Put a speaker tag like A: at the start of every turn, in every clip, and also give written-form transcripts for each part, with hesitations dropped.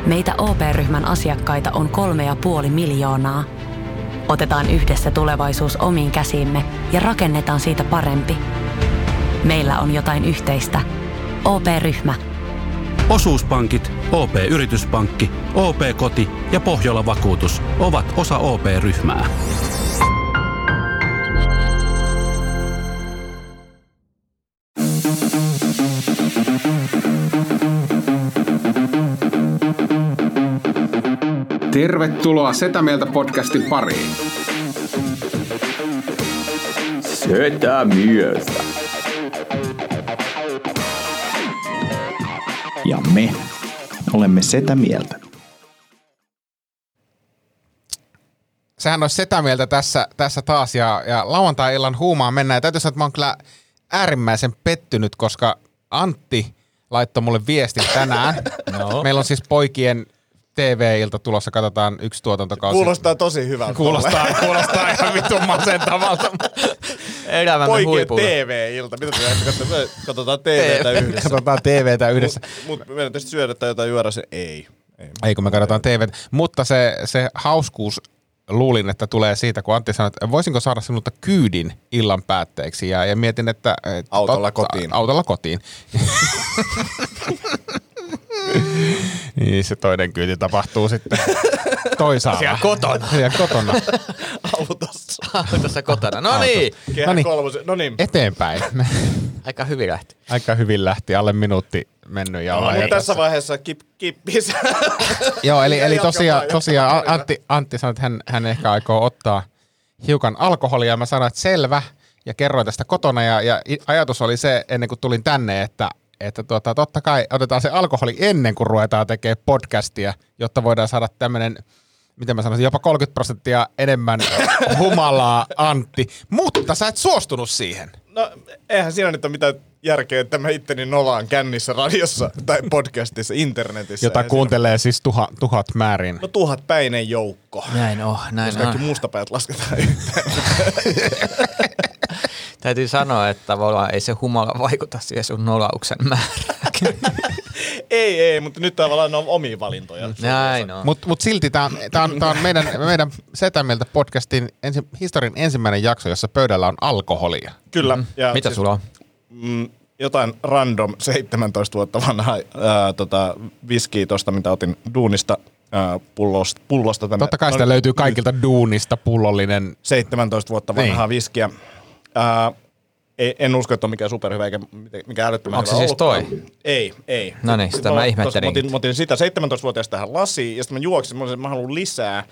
A: Meitä OP-ryhmän asiakkaita on 3,5 miljoonaa. Otetaan yhdessä tulevaisuus omiin käsiimme ja rakennetaan siitä parempi. Meillä on jotain yhteistä. OP-ryhmä.
B: Osuuspankit, OP-yrityspankki, OP-koti ja Pohjola-vakuutus ovat osa OP-ryhmää.
C: Tervetuloa Setä Mieltä podcastin pariin.
D: Setä Mieltä. Ja me olemme Setä Mieltä.
E: Sehän olisi Setä Mieltä tässä taas ja lauantai-illan huumaan mennään. Ja täytyy sanoa, että mä oon kyllä äärimmäisen pettynyt, koska Antti laittoi mulle viestin tänään. No. Meillä on siis poikien TV-ilta tulossa, katsotaan yksi tuotantokausi.
F: Kuulostaa tosi hyvältä.
E: Kuulostaa ihan vitun masentavalta.
G: Elämämme
F: poikien
G: huipulla.
F: TV-ilta. Mitä te katsotaan TVtä yhdessä?
E: Katsotaan TVtä yhdessä.
F: Mutta meidän tietysti syödä tai jotain juoda se ei.
E: Ei kun me katsotaan TVtä. Mutta se hauskuus luulin, että tulee siitä, kun Antti sanoi, että voisinko saada sinulta kyydin illan päätteeksi. Ja mietin, että
F: autolla kotiin.
E: Autolla kotiin. Niin se toinen kyyti tapahtuu sitten toisaalla.
G: Siellä kotona.
E: Siellä kotona.
F: Autossa
G: kotona. No niin.
F: Kehä kolmosen. No niin.
E: Eteenpäin.
G: Aika hyvin lähti.
E: Aika hyvin lähti. Alle minuutti mennyt. Ja
F: mutta tässä vaiheessa kippis.
E: Joo, eli tosiaan Antti sanoi, että hän ehkä aikoo ottaa hiukan alkoholia. Mä sanoin, että selvä. Ja kerroin tästä kotona. Ja ajatus oli se, ennen kuin tulin tänne, että totta kai otetaan se alkoholi ennen kuin ruvetaan tekemään podcastia, jotta voidaan saada tämmöinen, miten mä sanoisin, jopa 30% enemmän humalaa, Antti. Mutta sä et suostunut siihen.
F: No eihän siinä nyt ole mitään järkeä, että mä itteni nolaan kännissä, radiossa tai podcastissa, internetissä.
E: Jota kuuntelee siis tuhat määrin.
F: No 1000 päinen joukko.
G: Näin on.
F: Jos kaikki mustapäät lasketaan yhteen.
G: Täytyy sanoa, että tavallaan ei se humala vaikuta siihen sun nolauksen määrään.
F: ei, mutta nyt tavallaan on omia valintoja.
G: Näin on.
E: Mut silti tää on meidän Setä Mieltä podcastin historian ensimmäinen jakso, jossa pöydällä on alkoholia.
F: Kyllä. Ja
G: mitä sulla on?
F: Jotain random 17 vuotta vanhaa viskiä tosta, mitä otin duunista pullosta tänne.
E: Totta kai sitä löytyy kaikilta duunista pullollinen.
F: 17 vuotta vanhaa viskiä. En usko, että on mikään superhyvä eikä mikään älyttömän
G: hyvä. Onko se siis toi?
F: Ei.
G: No niin, sitä mä ihmettelin.
F: Mä otin sitä 17-vuotiaasta tähän lasiin ja sitten mä juoksin, mä haluan lisää.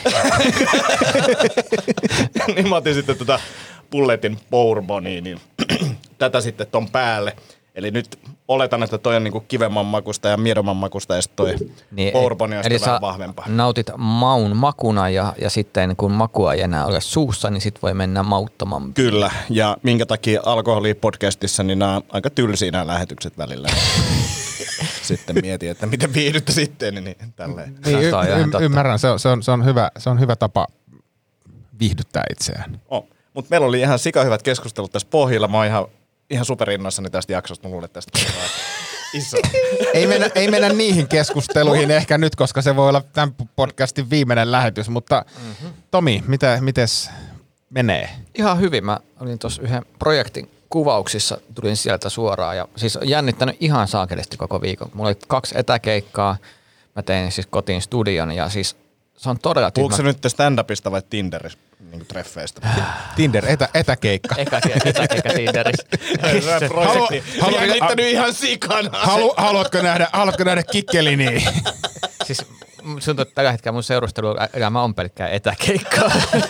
F: Niin mä otin sitten Bulletin Bourbonia, niin tätä sitten ton päälle. Eli nyt oletan, että toi on niinku kivemman makusta ja miedomman makusta ja sitten toi niin, Bourbon on vähän vahvempaa.
G: Nautit maun makuna ja sitten kun makua ei enää ole suussa, niin sit voi mennä mauttoman.
F: Kyllä, ja minkä takia alkoholipodcastissa, niin nämä on aika tylsiä nämä lähetykset välillä. Sitten mietin, että miten viihdyttä sitten, niin tälleen.
E: Niin, ymmärrän, se on hyvä tapa viihdyttää itseään.
F: Mutta meillä oli ihan sikahyvät keskustelut tässä pohjilla. Mä oon ihan superinnoissani tästä jaksosta. Mä luulen, että tästä iso.
E: Ei mennä niihin keskusteluihin ehkä nyt, koska se voi olla tämän podcastin viimeinen lähetys. Mutta Tomi, mites menee?
G: Ihan hyvin. Mä olin tuossa yhden projektin kuvauksissa, tulin sieltä suoraan. Ja siis on jännittänyt ihan saakelisti koko viikon. Mulla oli 2 etäkeikkaa. Mä tein siis kotiin studion ja siis se on todella...
F: Puhuuko se nyt stand-upista vai Tinderistä? Niin treffeistä.
E: Tinder, etäkeikka.
G: Etäkeikka Tinderissä.
F: Jännittänyt ihan sikana.
E: Haluatko nähdä kikkelini?
G: Siis sun tuntuu, että tällä hetkellä mun seurusteluelämä on pelkkää etäkeikkaa.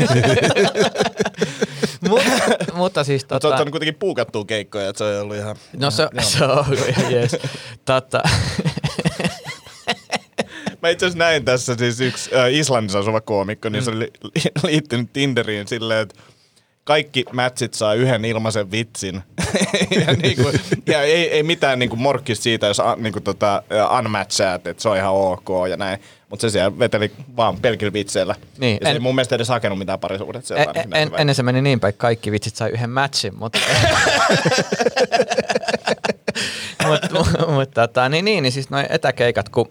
G: Mutta siis
F: Mutta sä oot kuitenkin puukattua keikkoja, että se on ollut ihan...
G: No se on ollut ihan jees.
F: Mä itse asiassa näin tässä siis yksi Islannissa asuva koomikko, niin se oli liittynyt Tinderiin silleen, että kaikki matchit saa yhden ilmaisen vitsin. ja ei mitään niinku morkkista siitä, jos niinku unmatchaat, että se on ihan ok ja näin. Mutta se siellä veteli vaan pelkillä vitseillä. Niin, ja se ei mun mielestä edes hakenut mitään parisuudet.
G: Ennen se meni niin päin, kaikki vitsit sai yhden matchin, mutta... niin siis noi etäkeikat, kun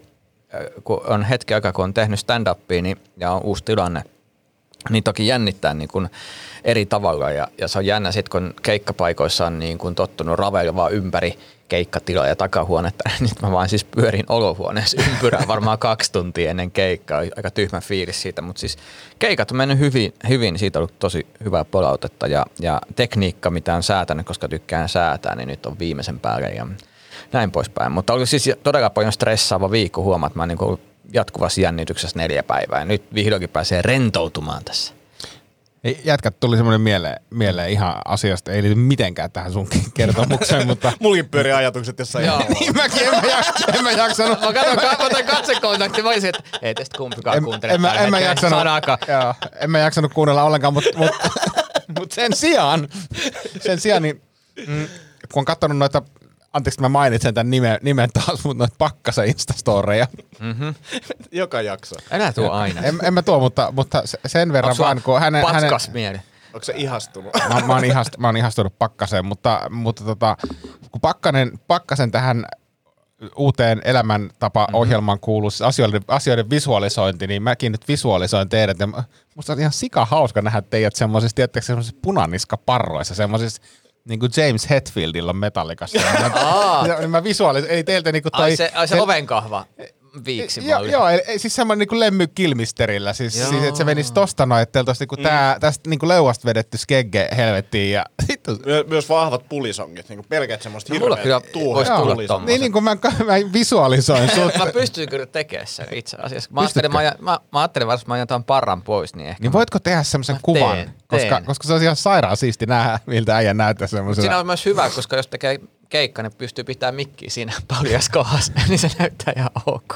G: kun on hetki aikaa, kun on tehnyt stand-upia niin, ja on uusi tilanne, niin toki jännittää niin kuin eri tavalla ja se on jännä sitten, kun keikkapaikoissa on niin kuin tottunut raveilemaan ympäri keikkatilaa ja takahuonetta. Nyt mä vaan siis pyörin olohuoneessa ympyrää varmaan 2 tuntia ennen keikkaa. Aika tyhmä fiilis siitä, mutta siis keikat on mennyt hyvin. Siitä on ollut tosi hyvää palautetta ja tekniikka, mitä on säätänyt, koska tykkään säätää, niin nyt on viimeisen päälle ja näin poispäin. Mutta oli siis todella paljon stressaava viikko. Huomaa, että mä oon niin ollut jatkuvassa jännityksessä 4 päivää ja nyt vihdoinkin pääsee rentoutumaan tässä.
E: Jätkät, tuli semmoinen mieleen ihan asiasta, ei liity mitenkään tähän sun kertomukseen, mutta...
F: Mulkin pyöri ajatukset jossain.
G: Joo.
E: Niin mäkin en mä jaksanut.
G: Mä katsoin katsekontakti, mä olisin, että ei tästä kumpikaan kuuntele.
E: En mä jaksanut kuunnella ollenkaan, mutta sen sijaan niin, kun on katsonut noita, anteeksi mä mainitsen tämän nimen taas, mutta noita Pakkasen Instastoreja.
G: Mm-hmm.
F: Joka jakso.
G: Älä tuo aina.
E: En mä tuo, mutta sen verran vaan, kun hänen...
G: Patskas mieli.
F: Onko se ihastunut?
E: Mä oon ihastunut Pakkaseen, mutta kun Pakkasen tähän uuteen elämäntapa-ohjelmaan kuuluu asioiden visualisointi, niin mäkin nyt visualisoin teidät. Ja musta on ihan sika hauska nähdä teidät semmoisissa punaniskaparroissa, semmoisissa niin kuin James Hetfieldillä on Metallicassa. Mä visualisoin, eli teiltä niinku toi...
G: Se ovenkahva viiksimalli.
E: Joo, siis semmoinen niinku Lemmy Kilmisterillä, siis että se menisi tosta noin, että teiltä olisi niinku tästä niinku leuasta vedetty skegge helvettiin ja sitten...
F: Myös vahvat pulisongit, niinku pelkät semmoista
G: mulla kyllä voisi tulla tommoset.
E: Niin kuin mä visualisoin sut.
G: Mä pystyn kyllä tekemään sen itse asiassa. Mä ajattelin varsin, että mä ajan tämän parran pois, niin ehkä...
E: Niin voitko tehdä semmoisen kuvan? Koska se on ihan sairaan siisti nähdä, miltä äijä näyttää semmoisella.
G: Siinä on myös hyvä, koska jos tekee keikka, niin pystyy pitämään mikkiä siinä paljas kohdassa, niin se näyttää ihan ok.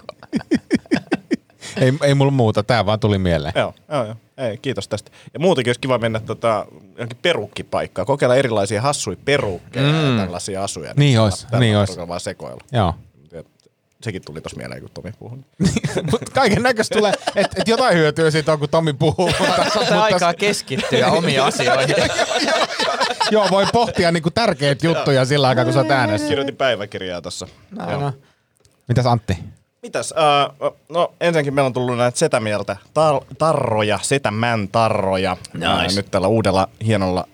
E: ei mulla muuta, tää vaan tuli mieleen.
F: Joo. Ei, kiitos tästä. Ja muutenkin olisi kiva mennä johonkin perukkipaikkaan, kokeilla erilaisia hassuja perukkeja ja tällaisia asuja.
E: Niin ois.
F: Vaan sekoilla.
E: Joo.
F: Sekin tuli tossa mieleen, kun Tomi puhui.
E: Mutta kaiken näköistä tulee, että jotain hyötyä siitä on, kun Tomi puhuu.
G: Mutta aikaa keskittyä omiin asioihin.
E: Joo, voi pohtia niinku tärkeitä juttuja sillä aikaa, kun sä oot äänessä.
F: Kirjoitin päiväkirjaa tossa.
G: No.
E: Mitäs Antti?
F: Mitäs? No ensinnäkin meillä on tullut näitä Setämieltä tarroja, Setämän tarroja.
G: Nice.
F: Nyt tällä uudella hienolla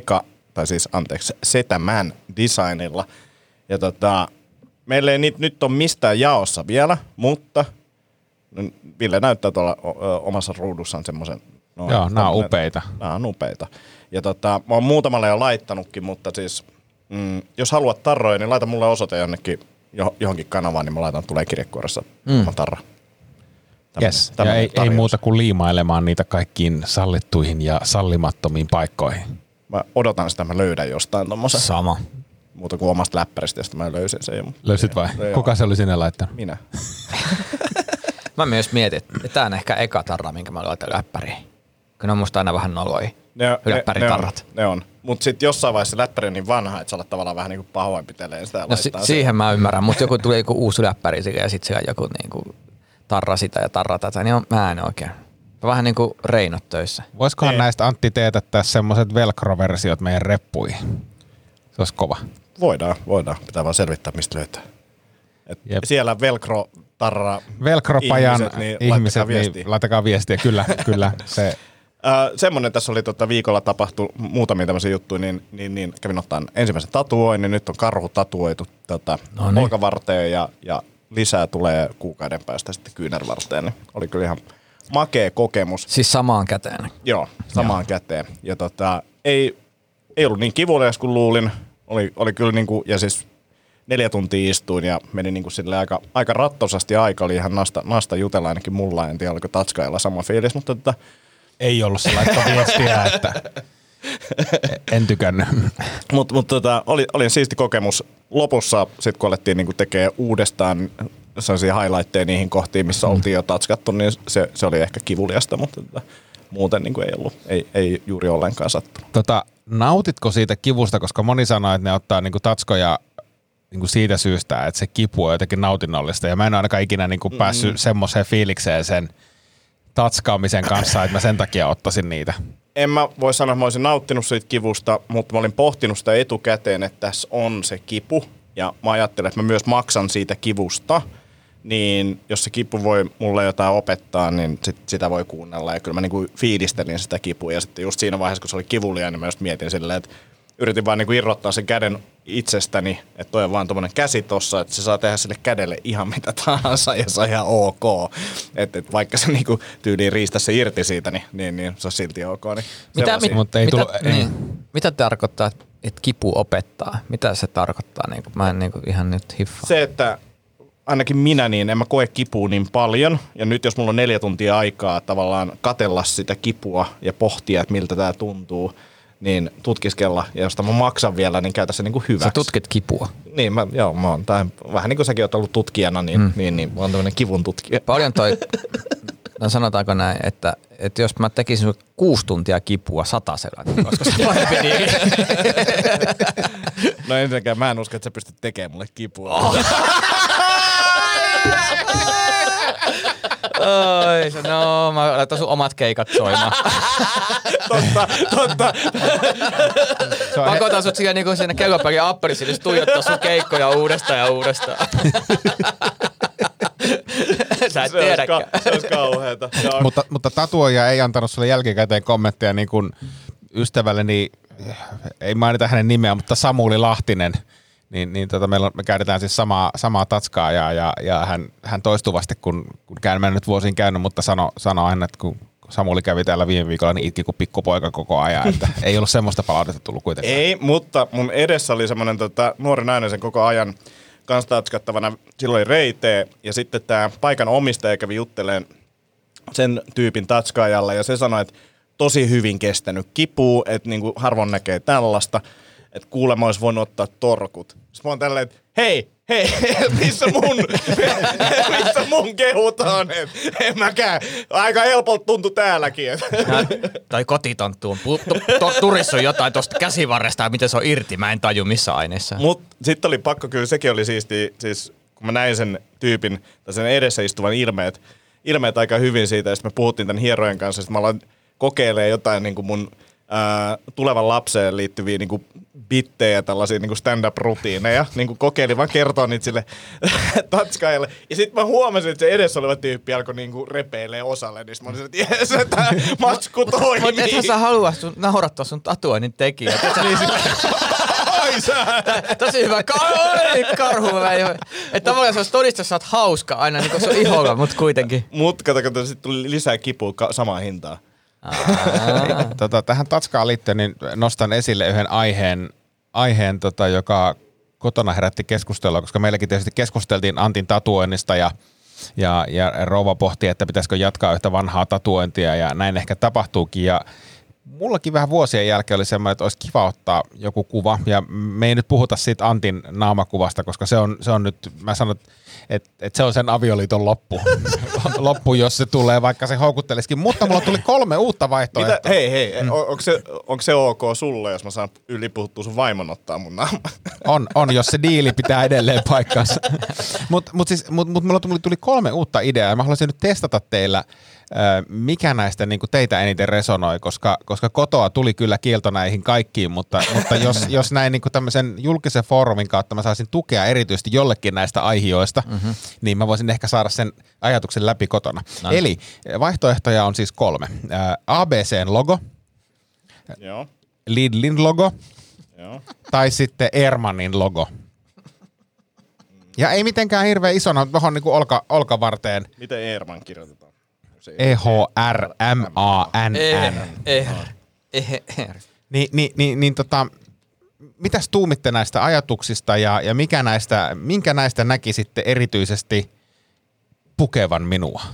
F: Setämän designilla. Ja meillä ei nyt ole mistään jaossa vielä, mutta Ville näyttää tuolla omassa ruudussaan semmoisen.
E: Joo, nämä on upeita.
F: Nämä on upeita. Ja mä oon muutamalle jo laittanutkin, mutta siis jos haluat tarroja, niin laita mulle osoite jonnekin johonkin kanavaan, niin mä laitan, tulee kirjekuoressa tarra.
E: Yes, ja ei muuta kuin liimailemaan niitä kaikkiin sallittuihin ja sallimattomiin paikkoihin.
F: Mä odotan sitä, mä löydän jostain tommosen.
E: Sama.
F: Muuta kuin omasta läppäristä, josta mä löysin sen.
E: Löysit vai? Kuka se oli sinne laittanut?
F: Minä.
G: Mä myös mietin, että tää on ehkä eka tarra, minkä mä laitan läppäriin. Kun ne on musta aina vähän noloi. Läppäritarrat.
F: Ne on. Mut sit jossain vaiheessa läppäri on niin vanha, että sä alat tavallaan vähän niinku pahoinpiteleen sitä ja laittaa
G: siihen mä ymmärrän, mutta joku tuli joku uusi läppäri ja sit siellä joku niinku tarra sitä ja tarra tätä, niin mä en oikein. Vähän niinku reinot töissä.
E: Voisikohan näistä Antti teetättää semmoset velcro-versiot meidän reppuihin? Se olisi kova.
F: Voidaan. Pitää vaan selvittää, mistä löytää. Siellä velcro-tarra
E: Velcro-pajan ihmiset, niin laittakaa viestiä. Kyllä. Se.
F: Semmoinen tässä oli viikolla tapahtui muutamia tämmöisiä juttuja, niin kävin ottaa ensimmäisen tatuoinnin. Nyt on karhu tatuoitu olkavarteen ja lisää tulee kuukauden päästä sitten kyynärvarteen. Niin oli kyllä ihan makea kokemus.
G: Siis samaan käteen?
F: Joo, samaan käteen. Ja ei ollut niin kivulias kuin luulin. Oli kyllä niinku, ja siis 4 tuntia istuin ja meni niinku sille aika rattosasti aika. Oli ihan nasta jutella ainakin mulla. En tiedä, oliko Tatskailla sama fiilis, mutta
E: ei ollut se laittaa viestiä, että en tykännyt.
F: Mutta oli siisti kokemus. Lopussa sitten kun alettiin niinku tekee uudestaan sellaisia highlightteja niihin kohtiin, missä oltiin jo tatskattu, niin se oli ehkä kivuliasta, mutta muuten niinku ei ollut. Ei juuri ollenkaan sattunut.
E: Nautitko siitä kivusta, koska moni sanoo, että ne ottaa niinku tatskoja niinku siitä syystä, että se kipu on jotenkin nautinnollista. Ja mä en ole ainakaan ikinä niinku päässyt semmoiseen fiilikseen sen tatskaamisen kanssa, että mä sen takia ottaisin niitä.
F: En mä voi sanoa, että mä olisin nauttinut siitä kivusta, mutta mä olin pohtinut sitä etukäteen, että tässä on se kipu. Ja mä ajattelin, että mä myös maksan siitä kivusta. niin jos se kipu voi mulle jotain opettaa, niin sitä voi kuunnella. Ja kyllä mä niinku fiilistelin sitä kipua. Ja sitten just siinä vaiheessa, kun se oli kivuliaan, niin mä just mietin silleen, että yritin vaan niinku irrottaa sen käden itsestäni, että toi on vaan tommonen käsi tossa, että se saa tehdä sille kädelle ihan mitä tahansa ja se on ihan ok. Että vaikka se niinku tyyliin riistä se irti siitä, niin se on silti ok. Niin
G: mitä tarkoittaa, että kipu opettaa? Mitä se tarkoittaa? Mä en ihan nyt hiffaa.
F: Se, että ainakin minä niin en mä koe kipua niin paljon. Ja nyt jos mulla on 4 tuntia aikaa tavallaan katella sitä kipua ja pohtia, että miltä tää tuntuu, niin tutkiskella. Ja jos mä maksan vielä, niin käytä se niinku hyväksi.
G: Sä tutkit kipua?
F: Niin, mä oon. Vähän niin kuin säkin oot ollut tutkijana, niin mä oon tämmönen kivun tutkija.
G: Paljon no sanotaanko näin, että jos mä tekisin 6 tuntia kipua 100-sella, niin koska se parempi niin.
F: No ensinnäkään mä en usko, että sä pystyt tekemään mulle kipua.
G: Oi, no mä laitan sun omat keikat soimaan.
F: Totta.
G: Pakotan sut siihen niinku siinä kellopärin appelisille tuijottaa sun keikkoja uudestaan ja uudestaan. Sä et tiedäkään.
F: Se olisi kauheeta.
E: Mutta tatuoija ei antanut sulle jälkikäteen kommentteja niin kuin ystävälleni, ei mainita hänen nimeä, mutta Samuli Lahtinen. Me käytetään siis samaa tatskaa ja hän toistuvasti, kun mä en nyt vuosiin käynyt, mutta sanoi aina, että kun Samuli kävi täällä viime viikolla, niin itki kuin pikkupoika koko ajan, että ei ollut semmoista palautetta tullut kuitenkaan.
F: Ei, mutta mun edessä oli semmoinen nuori nainen sen koko ajan kanssa tatskattavana. Silloin oli reitee ja sitten tämä paikan omistaja kävi juttelemaan sen tyypin tatskaajalle ja se sanoi, että tosi hyvin kestänyt kipua, että niinku harvoin näkee tällaista, että kuulemma olisi voinut ottaa torkut. Sitten mä oon tälleen, että hei, missä mun kehut on? En mäkään. Aika helpolta tuntui täälläkin.
G: Tai kotitonttuun. Turissa on jotain tuosta käsivarresta ja miten se on irti. Mä en taju missä aineessa.
F: Mut sitten oli pakko, kyllä sekin oli siisti, siis kun mä näin sen tyypin tai sen edessä istuvan ilmeet aika hyvin siitä. Ja sitten me puhuttiin tämän hierojen kanssa. Sitten mä aloin kokeilemaan jotain niin kuin mun tulevan lapseen liittyviä niin kuin bittejä, tällaisia niin kuin stand-up-rutiineja. Niin kuin kokeilin vaan kertoa niitä sille tatskaajalle. Ja sitten mä huomasin, että se edessä oleva tyyppi alkoi niin kuin repeilee osalle. Niin mä olin että jes, tämä matsku toimii.
G: Mutta ethän sä halua naurattaa sun tatuoinnin tekijä. Tosi hyvä. Karhu. Että tavallaan se olisi todistus, että sä oot hauska aina, niin kun se on iholla, mutta kuitenkin.
F: Mutta kato, sitten tuli lisää kipua samaa hintaa.
E: Tähän tatskaan liittyen niin nostan esille yhden aiheen joka kotona herätti keskustelua, koska meilläkin tietysti keskusteltiin Antin tatuoinnista ja rouva pohti, että pitäisikö jatkaa yhtä vanhaa tatuointia ja näin ehkä tapahtuukin ja mullakin vähän vuosien jälkeen oli semmoinen, että olisi kiva ottaa joku kuva ja me ei nyt puhuta siitä Antin naamakuvasta, koska se on nyt, mä sanon, että se on sen avioliiton loppu, jos se tulee, vaikka se houkuttelisikin. Mutta mulla tuli 3 uutta vaihtoehtoa.
F: Hei, onko se ok sulle, jos mä saan ylipuhuttua sun vaimon ottaa mun naama?
E: On, jos se diili pitää edelleen paikkansa. Mutta mulla tuli 3 uutta ideaa ja mä haluaisin nyt testata teillä, mikä näistä niin kuin teitä eniten resonoi, koska kotoa tuli kyllä kielto näihin kaikkiin, mutta jos näin niin kuin tämmöisen julkisen foorumin kautta mä saisin tukea erityisesti jollekin näistä aihioista, niin mä voisin ehkä saada sen ajatuksen läpi kotona. No. Eli vaihtoehtoja on siis 3. ABCn logo,
F: joo.
E: Lidlin logo,
F: joo.
E: Tai sitten Ermanin logo. Ja ei mitenkään hirveän isona, tuohon niin kuin olkavarteen.
F: Miten Erman kirjoitetaan?
E: EHRMANN. Mitäs tuumitte näistä ajatuksista ja minkä näistä näkisitte erityisesti pukevan minua?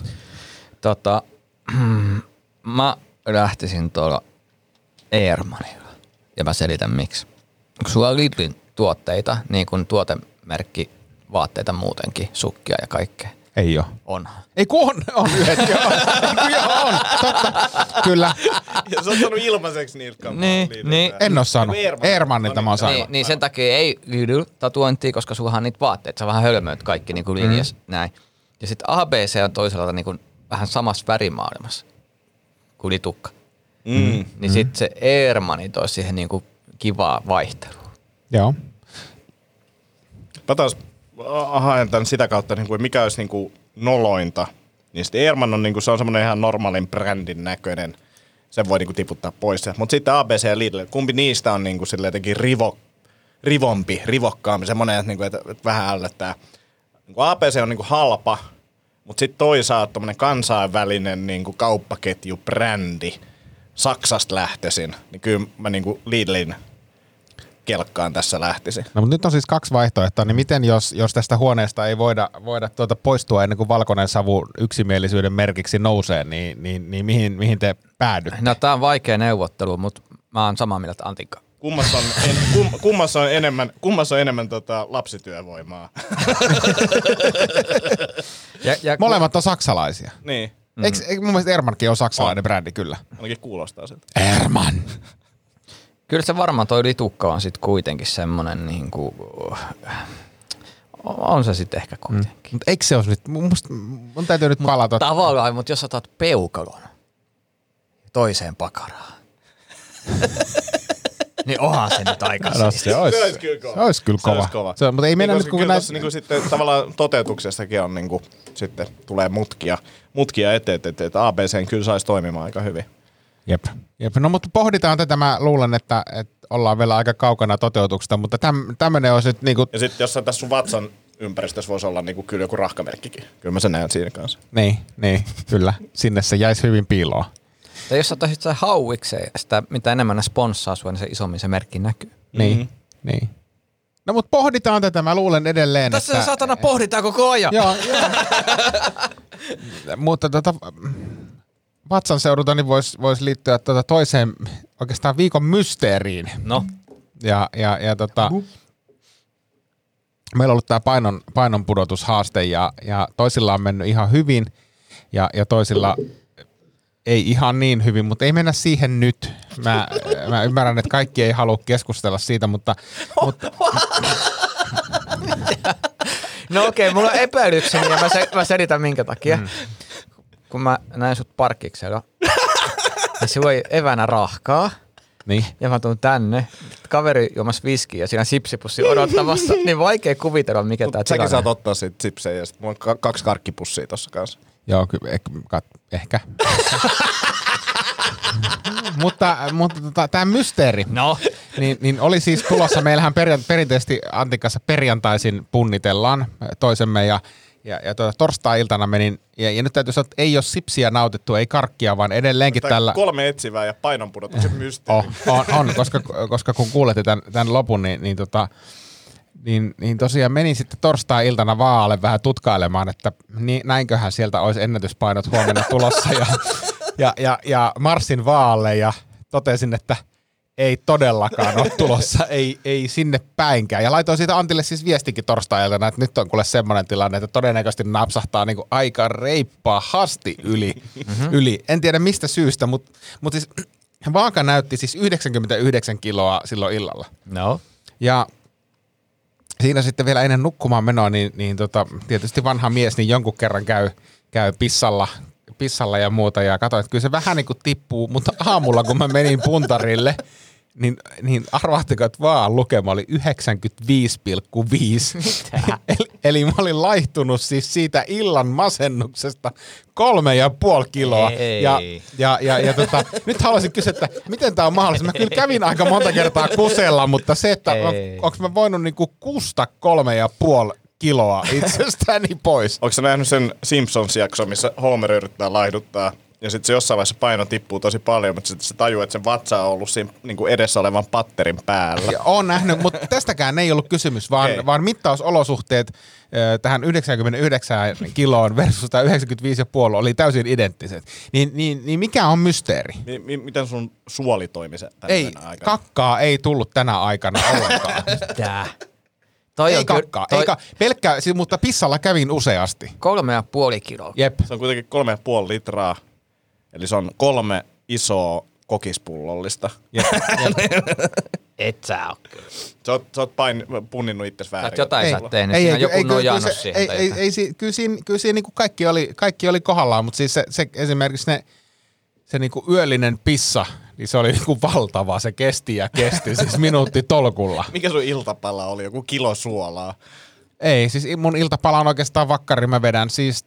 G: Mä lähtisin tuolla Ehrmanilla ja mä selitän miksi. Kun sulla on Lidlin tuotteita, niin kuin tuotemerkki vaatteita muutenkin, sukkia ja kaikkea.
E: Ei oo.
G: Onhan.
E: Ei kun on yhdet, joo. On, totta. Kyllä.
F: Ja sä oot saanut ilmaiseksi niiltä.
G: Niin.
E: En oo saanut. Ehrmannilta mä oon saanut.
G: Niin sen takia ei Lidl-tatuointia, koska sullahan on niitä vaatteita. Sä vähän hölmöit kaikki niin kuin linjas näin. Ja sit ABC on toisaalta niin kuin vähän samassa värimaailmassa kuin litukka. Niin sit se Ehrmanni toi siihen niin kuin kivaa vaihtelua.
E: Joo.
F: Mä taas haen tämän sitä kautta, niin kuin, mikä olisi niin kuin nolointa. Niin sitten Ehrman on, niin kuin, se on semmoinen ihan normaalin brändin näköinen. Sen voi niin kuin, tiputtaa pois. Mutta sitten ABC ja Lidl, kumpi niistä on niin kuin, jotenkin rivokkaampi, semmoinen, että vähän ällöttää. Niin kuin ABC on niin kuin, halpa, mutta sitten toisaalta tommoinen kansainvälinen niin kuin, kauppaketju-brändi Saksasta lähtöisin. Niin kyllä mä niin kuin, Lidlin kelkkaan tässä lähtisi.
E: No, mutta nyt on siis 2 vaihtoehtoa, niin miten jos tästä huoneesta ei voida poistua ennen kuin valkoinen savu yksimielisyyden merkiksi nousee, niin mihin te päädytte?
G: No tää on vaikea neuvottelu, mutta mä oon samaa mieltä Antikka.
F: Kummassa on enemmän lapsityövoimaa?
E: Molemmat on saksalaisia.
F: Niin.
E: Eikö mun mielestä Ehrmankin on saksalainen brändi kyllä?
F: Ainakin kuulostaa siltä.
E: Ehrman!
G: Kyllä se varmaan toi litukka on sitten kuitenkin semmonen niinku, on se sitten ehkä kuitenkin.
E: Mutta eikö se olisi nyt, mun täytyy nyt palata.
G: Tavallaan, mutta jos otat peukalon toiseen pakaraan, niin onhan se nyt aika
E: Se olisi kyllä kova. Mutta ei mennä nyt
F: kyllä niinku sitten tavallaan toteutuksestakin on niinku, sitten tulee mutkia eteen, että ABCn kyllä saisi toimimaan aika hyvin.
E: Jep. No mutta pohditaan tätä, mä luulen, että ollaan vielä aika kaukana toteutuksesta, mutta tämmönen on sitten niinku...
F: Ja sitten jos tässä sun vatsan ympäristössä voisi olla niinku kyllä joku rahkamerkkikin. Kyllä mä sen näen siinä kanssa.
E: Niin, kyllä. Sinne se jäisi hyvin piiloon.
G: Ja jos sä ottaisit sen hauikseen, sitä mitä enemmän ne sponssaa sua, niin se isommin se merkki näkyy.
E: Niin. No mutta pohditaan tätä, mä luulen edelleen,
G: tässä
E: että...
G: satana pohditaan koko ajan.
E: Joo. Mutta vatsan seudulta niin vois liittyä toiseen oikeastaan viikon mysteeriin.
G: No.
E: Ja meillä on ollut tämä painonpudotushaaste ja toisilla on mennyt ihan hyvin ja toisilla ei ihan niin hyvin, mutta ei mennä siihen nyt. Mä ymmärrän, että kaikki ei halua keskustella siitä, mutta
G: No okei, mulla on epäilykseni ja mä selitän minkä takia. Kun mä näin sut parkkiksella, niin se voi evänä rahkaa.
E: Niin.
G: Ja mä tuun tänne, kaveri juomassa viskiä ja siinä sipsipussi odottamassa, niin vaikea kuvitella, mikä tää tilanne.
F: Säkin saat ottaa siitä sipsejä ja sit mulla on 2 karkkipussia tossa kanssa.
E: Joo, ehkä. mutta tämä mysteeri, niin oli siis tulossa, meillähän perinteisesti Antikassa perjantaisin punnitellaan toisemme ja torstai-iltana menin, ja nyt täytyy sanoa, että ei ole sipsiä nautittu, ei karkkia, vaan edelleenkin tällä...
F: 3 etsivää ja painonpudotuksen mysteeri.
E: On, koska kun kuulette tämän lopun, niin tosiaan menin sitten torstai-iltana Vaalle vähän tutkailemaan, että näinköhän sieltä olisi ennätyspainot huomenna tulossa, ja marssin Vaalle ja totesin, että ei todellakaan ole tulossa, ei sinne päinkään. Ja laitoin siitä Antille siis viestikin torstai-iltana, että nyt on kuule semmoinen tilanne, että todennäköisesti napsahtaa niinku aika reippaasti yli. En tiedä mistä syystä, mutta siis vaaka näytti siis 99 kiloa silloin illalla.
G: No.
E: Ja siinä sitten vielä ennen nukkumaan menoa, niin tietysti vanha mies niin jonkun kerran käy pissalla ja muuta, ja katsoin, että kyllä se vähän niin kuin tippuu, mutta aamulla kun mä menin puntarille, niin arvaatteko, että vaan lukema oli 95,5. Eli mä olin laihtunut siis siitä illan masennuksesta 3,5 kiloa. Ja nyt haluaisin kysyä, että miten tää on mahdollista? Mä kyllä kävin aika monta kertaa kusella, mutta se, että onko mä voinut niinku kusta 3,5 kiloa itsestäni pois.
F: Onko sä nähnyt sen Simpsons-jakson, missä Homer yrittää laihduttaa ja sitten se jossain vaiheessa paino tippuu tosi paljon, mutta sitten se tajuu, että se vatsa on ollut siinä niin kuin edessä olevan patterin päällä.
E: Oon nähnyt, mutta tästäkään ei ollut kysymys, vaan mittausolosuhteet tähän 99 kiloon versus tämä 95,5 oli täysin identtiset. Niin mikä on mysteeri?
F: Miten sun suoli toimi se tänä aikana?
E: Kakkaa ei tullut tänä aikana ollenkaan.
G: Tää.
E: Ei kakkaa, pelkkää, siis, mutta pissalla kävin useasti.
G: 3,5 kiloa.
E: Jep.
F: Se on kuitenkin 3,5 litraa, eli se on 3 isoa kokispullollista.
G: Et sä oo kyllä.
F: Sä oot punninnut itses väärin.
G: Sä jotain sä tein, siinä on joku nojannut siihen.
E: Kyllä siinä niinku kaikki oli kohdallaan, mutta siis se esimerkiksi se niinku yöllinen pissa, niin se oli niinku valtava, se kesti siis minuutti tolkulla.
F: Mikä sun iltapala oli? Joku kilo suolaa?
E: Ei, siis mun iltapala on oikeastaan vakkari. Mä vedän siis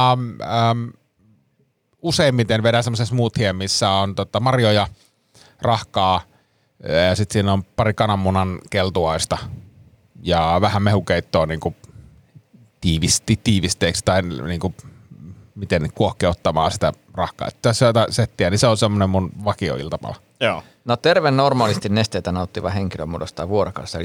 E: useimmiten vedän semmoisen smoothien, missä on marjoja, rahkaa, ja sitten siinä on pari kananmunan keltuaista ja vähän mehukeittoa niinku tiivisteeksi tai niinku miten kuohkeuttamaan sitä rahkaa. Tässä on jotain settiä, niin se on semmoinen mun vakioiltapala.
F: Joo.
G: No terve normaalisti nesteitä nauttiva henkilö muodostaa vuorokaudessa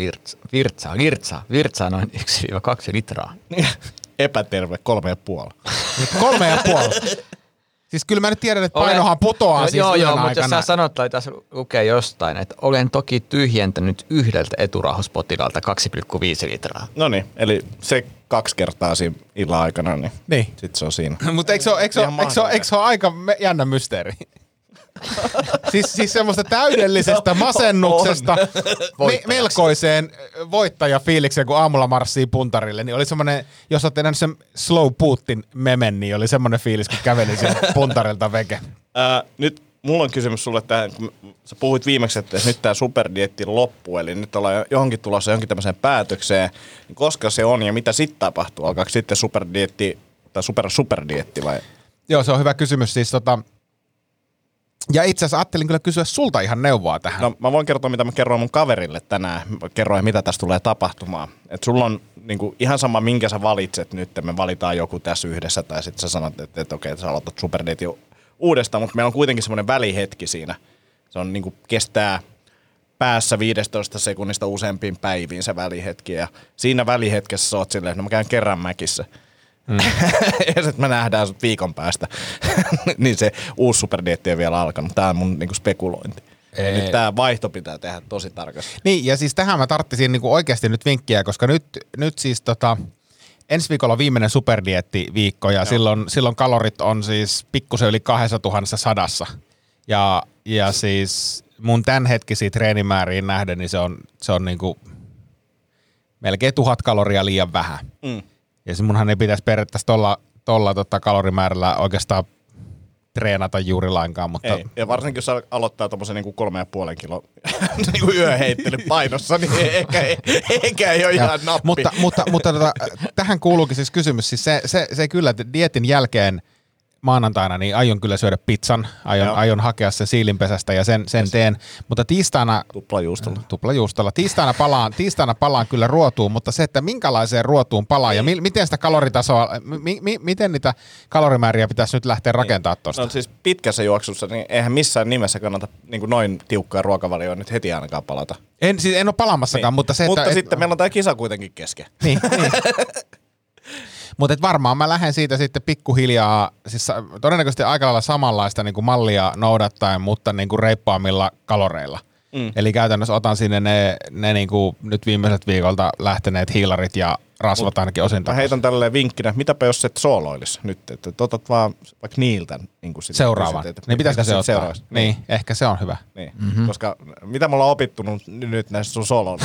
G: virtsaa noin 1-2 litraa.
F: Epäterve 3,5.
E: 3,5. Siis kyllä mä nyt tiedän, että painohan putoaa siis yön aikana.
G: Mutta jos sä sanot tai tässä lukee jostain, että olen toki tyhjentänyt yhdeltä eturauhaspotilaalta 2,5 litraa.
F: No niin, eli se 2 kertaa siinä illan aikana, niin. Sit se on siinä.
E: Mutta eikö se ole aika jännä mysteeri? siis semmoista täydellisestä masennuksesta melkoiseen voittajafiilikseen, kun aamulla marssii puntarille, niin oli semmoinen, jos olette nähnyt sen Slow Putin memen, niin oli semmoinen fiilis, kun kävelin sen puntarilta veke.
F: Nyt mulla on kysymys sulle tähän, kun sä puhuit viimeksi, että nyt tää superdieetti loppuu, eli nyt ollaan johonkin tulossa johonkin tämmöiseen päätökseen, niin koska se on ja mitä sitten tapahtuu? Alkaako sitten superdietti tai superdietti vai?
E: Joo, se on hyvä kysymys. Siis ja itse asiassa ajattelin kyllä kysyä sulta ihan neuvoa tähän.
F: No mä voin kertoa, mitä mä kerroin mun kaverille tänään. Kerroin, mitä tässä tulee tapahtumaan. Että sulla on niinku ihan sama, minkä sä valitset nyt. Me valitaan joku tässä yhdessä tai sitten sä sanot, että okei, sä aloitat superdietin uudestaan, mutta meillä on kuitenkin semmoinen välihetki siinä. Se on niinku kestää päässä 15 sekunnista useampiin päiviin se välihetki. Ja siinä välihetkessä sä oot silleen, että no mä käyn kerran mäkissä. Ja sitten me nähdään sut viikon päästä, niin se uusi superdietti on vielä alkanut. Tää on mun niinku spekulointi. Nyt tää vaihto pitää tehdä tosi tarkasti.
E: Niin, ja siis tähän mä tarttisin niinku oikeasti nyt vinkkiä, koska nyt siis ensi viikolla on viimeinen superdietti-viikko, ja silloin kalorit on siis pikkusen yli 2100. Ja siis mun tämänhetkisiä treenimääriin nähden, niin se on niinku melkein 1000 kaloria liian vähän. Ja se munhan ei pitäisi periaatteessa tolla kalorimäärällä oikeastaan treenata juuri lainkaan. Mutta
F: ei. Ja varsinkin jos aloittaa tommosen niinku 3,5 kilo niinku yöheittelyn painossa, niin eikä ei ole ihan nappi.
E: Mutta tähän kuuluukin siis kysymys. Siis se kyllä, että dieetin jälkeen maanantaina niin aion kyllä syödä pizzan, aion hakea sen siilinpesästä ja sen teen, mutta tiistaina tuplajuustolla. Tiistaina palaan kyllä ruotuun, mutta se, että minkälaiseen ruotuun palaa ja miten sitä kaloritasoa, miten niitä kalorimääriä pitäisi nyt lähteä rakentamaan tuosta?
F: No siis pitkässä juoksussa, niin eihän missään nimessä kannata niin kuin noin tiukkaa ruokavalioa nyt heti ainakaan palata.
E: En ole palaamassakaan, mutta se,
F: mutta sitten meillä on tämä kisa kuitenkin kesken.
E: Niin. Mutta varmaan mä lähden siitä sitten pikkuhiljaa, siis todennäköisesti aika lailla samanlaista niin kuin mallia noudattaen, mutta niin kuin reippaammilla kaloreilla. Eli käytännössä otan sinne ne niin kuin nyt viimeiset viikolta lähteneet hiilarit ja rasvat ainakin osin.
F: Mä heitän tälleen vinkkinä, mitäpä jos et sooloilisi nyt, että otat vaan vaikka niiltä. Niin
E: seuraavan. Niin pitäisikö se ottaa? Niin, ehkä se on hyvä.
F: Niin. Koska mitä me ollaan opittunut nyt näistä sun sooloilla?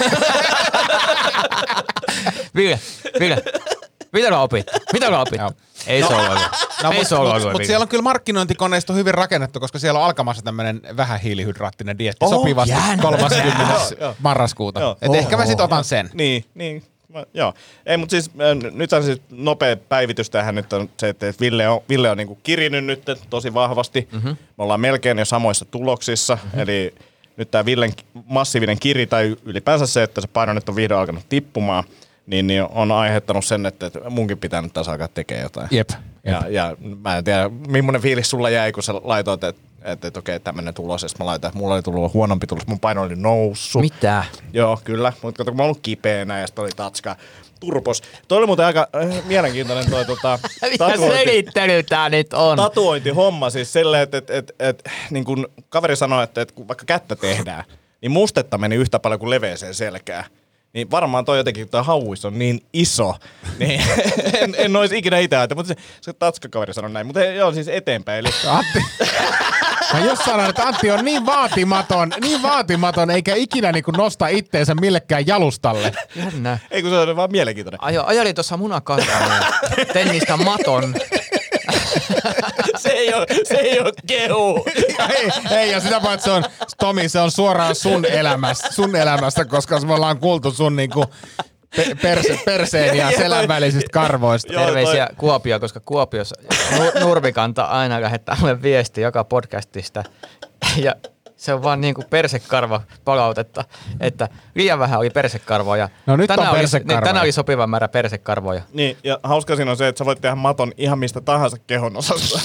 G: Ville. Mitä me opit? Ei sooloilua.
E: Mutta siellä on kyllä markkinointikoneisto hyvin rakennettu, koska siellä on alkamassa tämmöinen vähän hiilihydraattinen dieetti sopivasti 30. marraskuuta. Et ehkä mä sit otan sen.
F: Niin. Joo. Ei, mutta siis nyt on siis nopea päivitys tähän nyt on se, että Ville on niinku kirinyt nyt tosi vahvasti. Me ollaan melkein jo samoissa tuloksissa, eli nyt tää Villen massiivinen kiri tai ylipäänsä se, että se paino nyt on vihdoin alkanut tippumaan, niin on aiheuttanut sen, että munkin pitää nyt taas alkaa tekemään jotain.
E: Jep.
F: Ja mä en tiedä, millainen fiilis sulla jäi, kun sä laitoit, että okei, tämmönen tulos, ja mä laitan, että mulla oli tullut huonompi tulos, mun paino oli noussut.
G: Mitä?
F: Joo, kyllä, mutta kun mä oon ollut kipeänä ja sitten oli tatska turpos. Toi oli muuten aika mielenkiintoinen toi
G: mitä selittely tää nyt on?
F: Tatuointihomma siis silleen, että niin kun kaveri sanoi, että kun vaikka kättä tehdään, niin mustetta meni yhtä paljon kuin leveeseen selkään. Niin varmaan toi jotenkin, toi hauis on niin iso, niin en olisi ikinä itse ajatellut, mutta se tatskakaveri sanoi näin. Mutta joo, siis eteenpäin. Eli
E: Antti, mä just sanoin, että Antti on niin vaatimaton, eikä ikinä niinku nosta itteensä millekään jalustalle.
G: Jännä.
F: Ei kun se on vaan mielenkiintoinen.
G: Ajali tuossa munakarvaan ja tennistä maton.
F: Se ei ole kehu.
E: Ei, ja sitä paitsi se on, Tomi, se on suoraan sun elämästä, koska me ollaan kuultu sun niinku perseen ja selän välisistä karvoista.
G: Terveisiä Kuopio, koska Kuopiossa Nurmikanta aina lähettää mulle viesti joka podcastista. Ja se on vaan niinku persekarva palautetta, että liian vähän oli persekarvoja.
E: No nyt on persekarvoja.
G: Tänään oli sopiva määrä persekarvoja.
F: Niin, ja hauska siinä on se, että sä voit tehdä maton ihan mistä tahansa kehon osasta.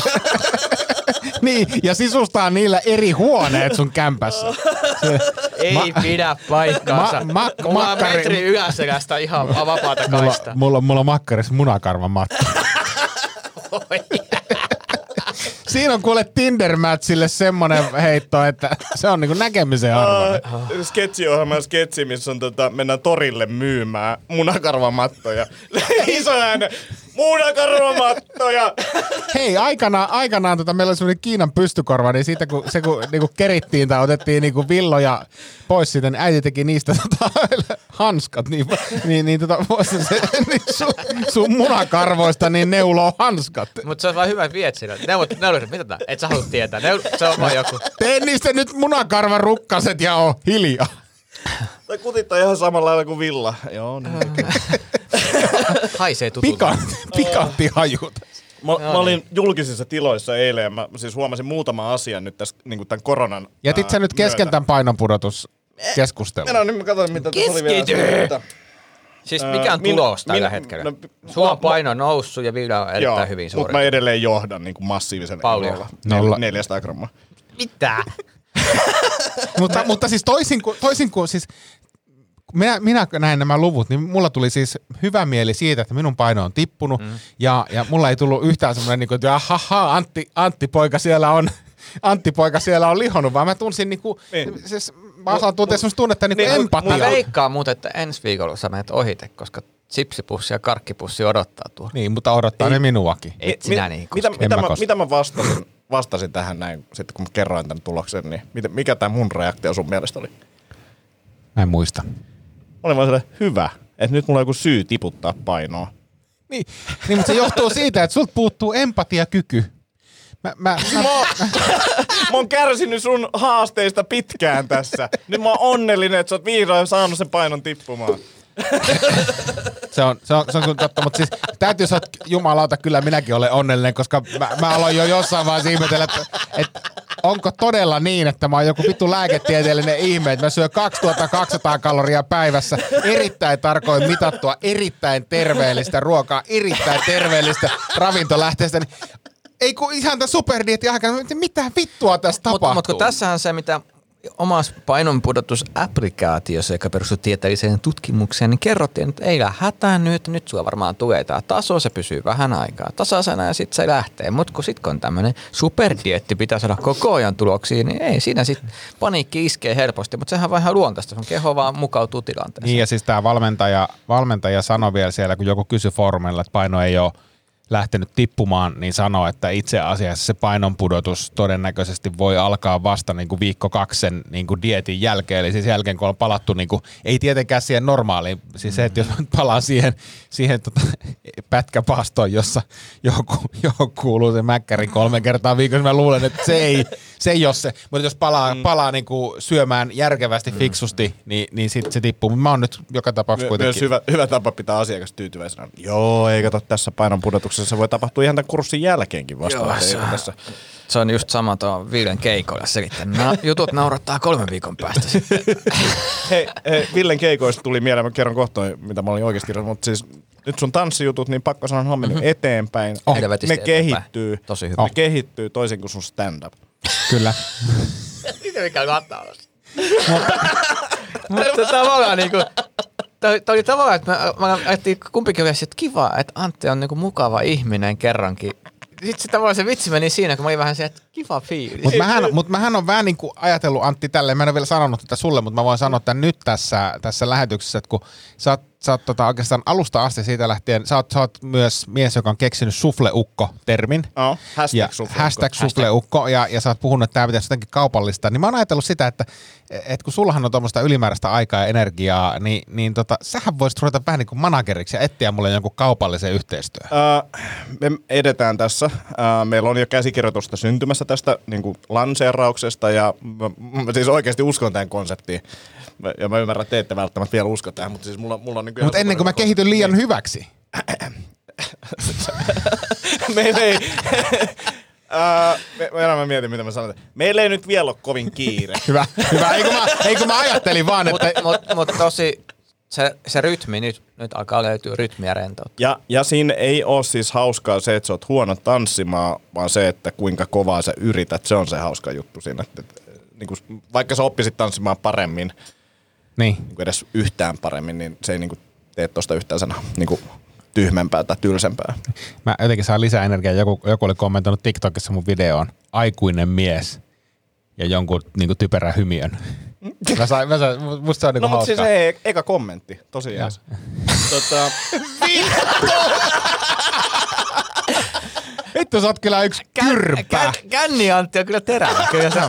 E: Niin, ja sisustaa niillä eri huoneet sun kämpässä.
G: Ei pidä paikkaansa. Mulla on metri yläselästä ihan vapaata kaista.
E: Mulla on makkarissa munakarvan matto. Siinä on kuule Tinder-matchille semmonen heitto, että se on niinku näkemisen arvoinen.
F: Sketsiohjelma sketsi, missä on mennään torille myymään munakarvamattoja. Iso ääne, munakarvamattoja!
E: Hei, aikanaan meillä oli semmoinen Kiinan pystykorva, niin siitä kun niinku kerittiin tai otettiin niinku villoja pois siitä, niin äiti teki niistä hanskat, niin sun munakarvoista niin neuloo hanskat.
G: Mutta se on vaan hyvä vietsillä. Neulot, mitä tää? Et sä haluat tietää. Se on vaan joku.
E: Tee niistä nyt munakarvan rukkaset ja oo hiljaa.
F: Tai kutittaa ihan samalla lailla kuin villa. Joo, niin tekee.
G: Haisee tutulta.
E: Pikantti hajut.
F: Mä olin julkisissa tiloissa eilen ja mä siis huomasin muutama asian nyt tässä niin tämän koronan
E: jätit sä nyt kesken tämän painonpudotuskeskustelun?
F: No niin mä katson mitä tässä oli vielä.
G: Siis mikä on tulos tällä hetkellä? Sulla paino on noussut ja Ville on erittäin hyvin suoritunut.
F: Mutta mä edelleen johdan niin kuin massiivisen erolla. 400 grammaa.
G: Mitä?
E: mutta siis toisin kuin siis minä näin nämä luvut, niin mulla tuli siis hyvä mieli siitä, että minun paino on tippunut ja mulla ei tullut yhtään semmoinen, niin että Antti poika siellä on lihonut, vaan mä tunsin niinku, siis mä osaan tuntea semmoista tunnetta niinku empatiaa.
G: Mä veikkaan muuten, että ensi viikolla sä menet ohite, koska sipsipussi ja karkkipussi odottaa tuolla.
E: Niin, mutta odottaa ne minuakin.
G: Et sinä niin.
F: Mitä mä vastasin tähän näin, sitten kun mä kerroin tämän tuloksen, niin mikä tää mun reaktio sun mielestä oli?
E: Mä en muista.
F: Mä olin vaan sellainen, hyvä, että nyt mulla on joku syy tiputtaa painoa.
E: Niin, mutta se johtuu siitä, että sulta puuttuu empatiakyky. Mä
F: oon kärsinyt sun haasteista pitkään tässä. Nyt mä oon onnellinen, että sä oot vihdoin saanut sen painon tippumaan.
E: Se on kyllä totta, mutta siis täytyy sanoa, että jumalauta, kyllä minäkin olen onnellinen, koska mä aloin jo jossain vaiheessa ihmetellä, että onko todella niin, että mä oon joku vittu lääketieteellinen ihme, että mä syön 2200 kaloria päivässä, erittäin tarkoin mitattua, erittäin terveellistä ruokaa, erittäin terveellistä ravintolähteestä, niin ei kun ihan tämän superdietin aikana, mitä vittua tässä tapahtuu?
G: Mutta tässähän se, mitä omassa painonpudotusapplikaatiossa, joka perustuu tieteelliseen tutkimukseen, niin kerrottiin, että ei hätää nyt sulla varmaan tulee tämä taso, se pysyy vähän aikaa tasaisena ja sitten se lähtee. Mutta kun sitten on tämmöinen superdietti, pitää saada koko ajan tuloksia, niin ei siinä sitten paniikki iskee helposti, mutta sehän on vähän luontaista, sun keho vaan mukautuu tilanteeseen.
E: Niin ja siis tämä valmentaja sanoi vielä siellä, kun joku kysyi foorumilla, että paino ei ole lähtenyt tippumaan, niin sanoo, että itse asiassa se painonpudotus todennäköisesti voi alkaa vasta niin kuin viikko 2 sen niin kuin dieetin jälkeen, eli siis jälkeen kun on palattu, niin kuin, ei tietenkään siihen normaaliin, siis se, että jos palaa siihen pätkäpaastoon, jossa johon kuuluu se mäkkäri 3 kertaa viikossa, mä luulen, että se ei ole se, mutta jos palaa niin kuin syömään järkevästi, fiksusti, niin sitten se tippuu, mutta mä oon nyt joka tapauksessa kuitenkin.
F: Myös hyvä tapa pitää asiakas tyytyväisenä. Joo, ei kato tässä painonpudotuksessa. Se voi tapahtua ihan tämän kurssin jälkeenkin vasta.
G: Se on just sama tuon Villen keikoilla selittänyt. Jutut naurattaa 3 viikon päästä sitten.
F: Hei, Villen keikoista tuli mieleen, mä kerron kohta, mitä mä olin oikeasti kirjoittanut, mutta siis nyt sun tanssijutut, niin pakko sanoa, että on mennyt eteenpäin. Ne kehittyy.
G: Tosi hyvä.
F: Ne kehittyy toisin kuin sun stand-up.
E: Kyllä.
G: Mikä lataus? Mutta tavallaan niinku... Tämä oli tavallaan, että mä ajattelin kumpikin oli, että kiva, että Antti on niinku mukava ihminen kerrankin. Sitten tavallaan se vitsi meni siinä, kun mä olin vähän se, että kiva fiilis.
E: Mutta mähän on vähän niin kuin ajatellut, Antti, tälleen, mä en ole vielä sanonut tätä sulle, mutta mä voin sanoa tämän nyt tässä lähetyksessä, että kun sä oot oikeastaan alusta asti siitä lähtien, sä oot myös mies, joka on keksinyt sufleukko-termin. Hashtag sufleukko, ja sä oot puhunut, että tämä pitäisi jotenkin kaupallista. Niin mä oon ajatellut sitä, että kun sullahan on tuommoista ylimääräistä aikaa ja energiaa, niin sähän voisit ruveta vähän niin kuin manageriksi ja etsiä mulle jonkun kaupallisen yhteistyön.
F: Me edetään tässä. Meillä on jo käsikirjoitusta syntymässä tästä niin kuin lanseerauksesta, ja mä siis oikeasti uskon tähän konseptiin. Ja mä ymmärrän, että te ette välttämättä vielä usko tähän, mutta siis mulla on niin nykyään.
E: Mutta ennen kuin mä kehityn liian hyväksi.
F: Meillä ei... Mä mietin, mitä mä sanon. Meillä ei nyt vielä ole kovin kiire.
E: Hyvä. Eikö mä ajattelin vaan, että...
G: Mutta tosi se rytmi, nyt alkaa löytyä rytmiä ja rentoutta.
F: Ja siinä ei ole siis hauskaa se, että sä oot huono tanssimaan, vaan se, että kuinka kovaa sä yrität. Se on se hauska juttu siinä. Että niin kuin, vaikka sä oppisit tanssimaan paremmin, niin kuin edes yhtään paremmin, niin se ei niin kuin tee tosta yhtään sana niin kuin tyhmempää tai tylsempää.
E: Mä jotenkin saan lisää energiaa. Joku oli kommentoinut TikTokissa mun videoon. Aikuinen mies ja jonkun niin kuin typerän hymiön. Musta se on niinku hauskaa.
F: Mutta siis eka kommentti, tosiaan.
E: Vittu, sä oot kyllä yksi kyrpä.
G: Känni Antti on kyllä terävä. Kyllä se on.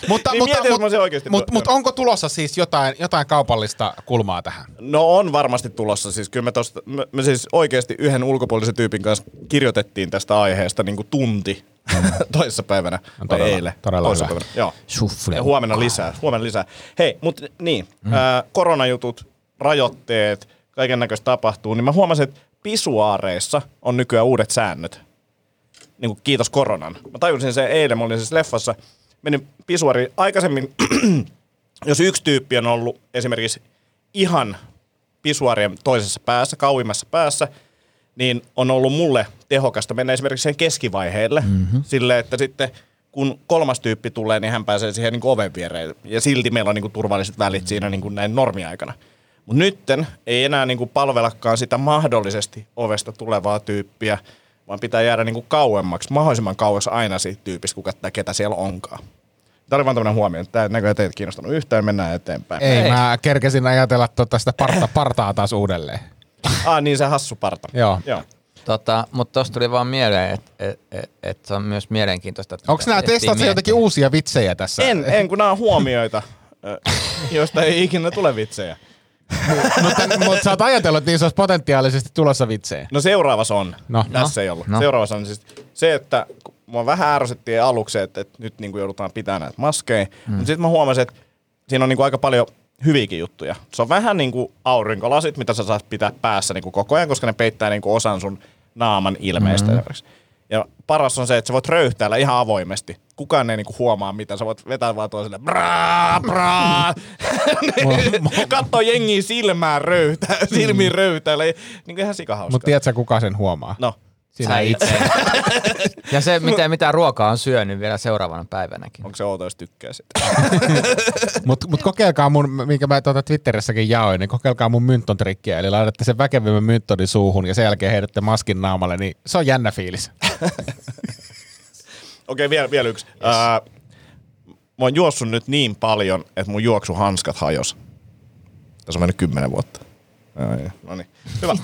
E: Mutta onko tulossa siis jotain kaupallista kulmaa tähän?
F: No on varmasti tulossa. Siis kyllä me siis oikeasti yhden ulkopuolisen tyypin kanssa kirjoitettiin tästä aiheesta niin kuin tunti toissapäivänä tai eilen.
E: Todella hyvä.
F: Joo. Ja huomenna lisää. Hei, mutta niin, koronajutut, rajoitteet, kaiken näköistä tapahtuu, niin mä huomasin, että pisuaareissa on nykyään uudet säännöt. Niin kuin kiitos koronan. Mä tajusin sen eilen, mä olin siis leffassa, menin pisuariin. Aikaisemmin, jos yksi tyyppi on ollut esimerkiksi ihan pisuarien toisessa päässä, kauimmassa päässä, niin on ollut mulle tehokasta mennä esimerkiksi sen keskivaiheelle silleen, että sitten kun kolmas tyyppi tulee, niin hän pääsee siihen niin kuin oven viereen. Ja silti meillä on niin kuin turvalliset välit siinä niin kuin näin normiaikana. Mutta nytten ei enää niin kuin palvelakaan sitä mahdollisesti ovesta tulevaa tyyppiä, vaan pitää jäädä niin kuin kauemmaksi, mahdollisimman kauemmaksi aina siitä tyypistä, ketä siellä onkaan. Tämä oli vaan tämmöinen huomio, että tämä näköjään teitä kiinnostanut yhtään, mennään eteenpäin.
E: Ei, mä kerkesin ajatella sitä partaa taas uudelleen.
F: Niin se hassu parta.
E: Joo.
G: Mutta tuosta tuli vaan mieleen, että se on myös mielenkiintoista.
E: Onko nämä testaat jotakin uusia vitsejä tässä?
F: En, kun nämä on huomioita, joista ei ikinä tule vitsejä.
E: Mutta sä oot ajatellut, että niissä olisi potentiaalisesti tulossa vitsejä.
F: No seuraavassa on. Tässä ei ollut. Seuraavassa on siis se, että mua vähän ärsyttiin aluksi, että nyt niin kuin joudutaan pitämään näitä maskeja. Mutta sitten mä huomasin, että siinä on niin kuin aika paljon hyviäkin juttuja. Se on vähän niin kuin aurinkolasit, mitä sä saat pitää päässä niin kuin koko ajan, koska ne peittää niin kuin osan sun naaman ilmeistä. Ja paras on se, että sä voit röyhtäillä ihan avoimesti. Kukaan ei niinku huomaa mitä. Sä voit vetää vaan toiselle braa. Kattoo jengiä silmiin röyhtäillä. Niin ihan sikahauskaa.
E: Mutta tiedätkö kuka sen huomaa?
F: No.
E: Sinä itse.
G: Ja se, mitä ruokaa on syönyt vielä seuraavana päivänäkin.
F: Onko se outo, jos tykkää sitä?
E: Mut kokeilkaa minkä mä Twitterissäkin jaoin, niin kokeilkaa mun mynttontrikkiä. Eli laitatte sen väkevimmän mynttonin suuhun ja sen jälkeen heidätte maskin naamalle, niin se on jännä fiilis.
F: Okei, vielä yksi. Yes. Mä oon juossut nyt niin paljon, että mun juoksuhanskat hajos. Tässä on mennyt 10 vuotta. No niin, hyvä.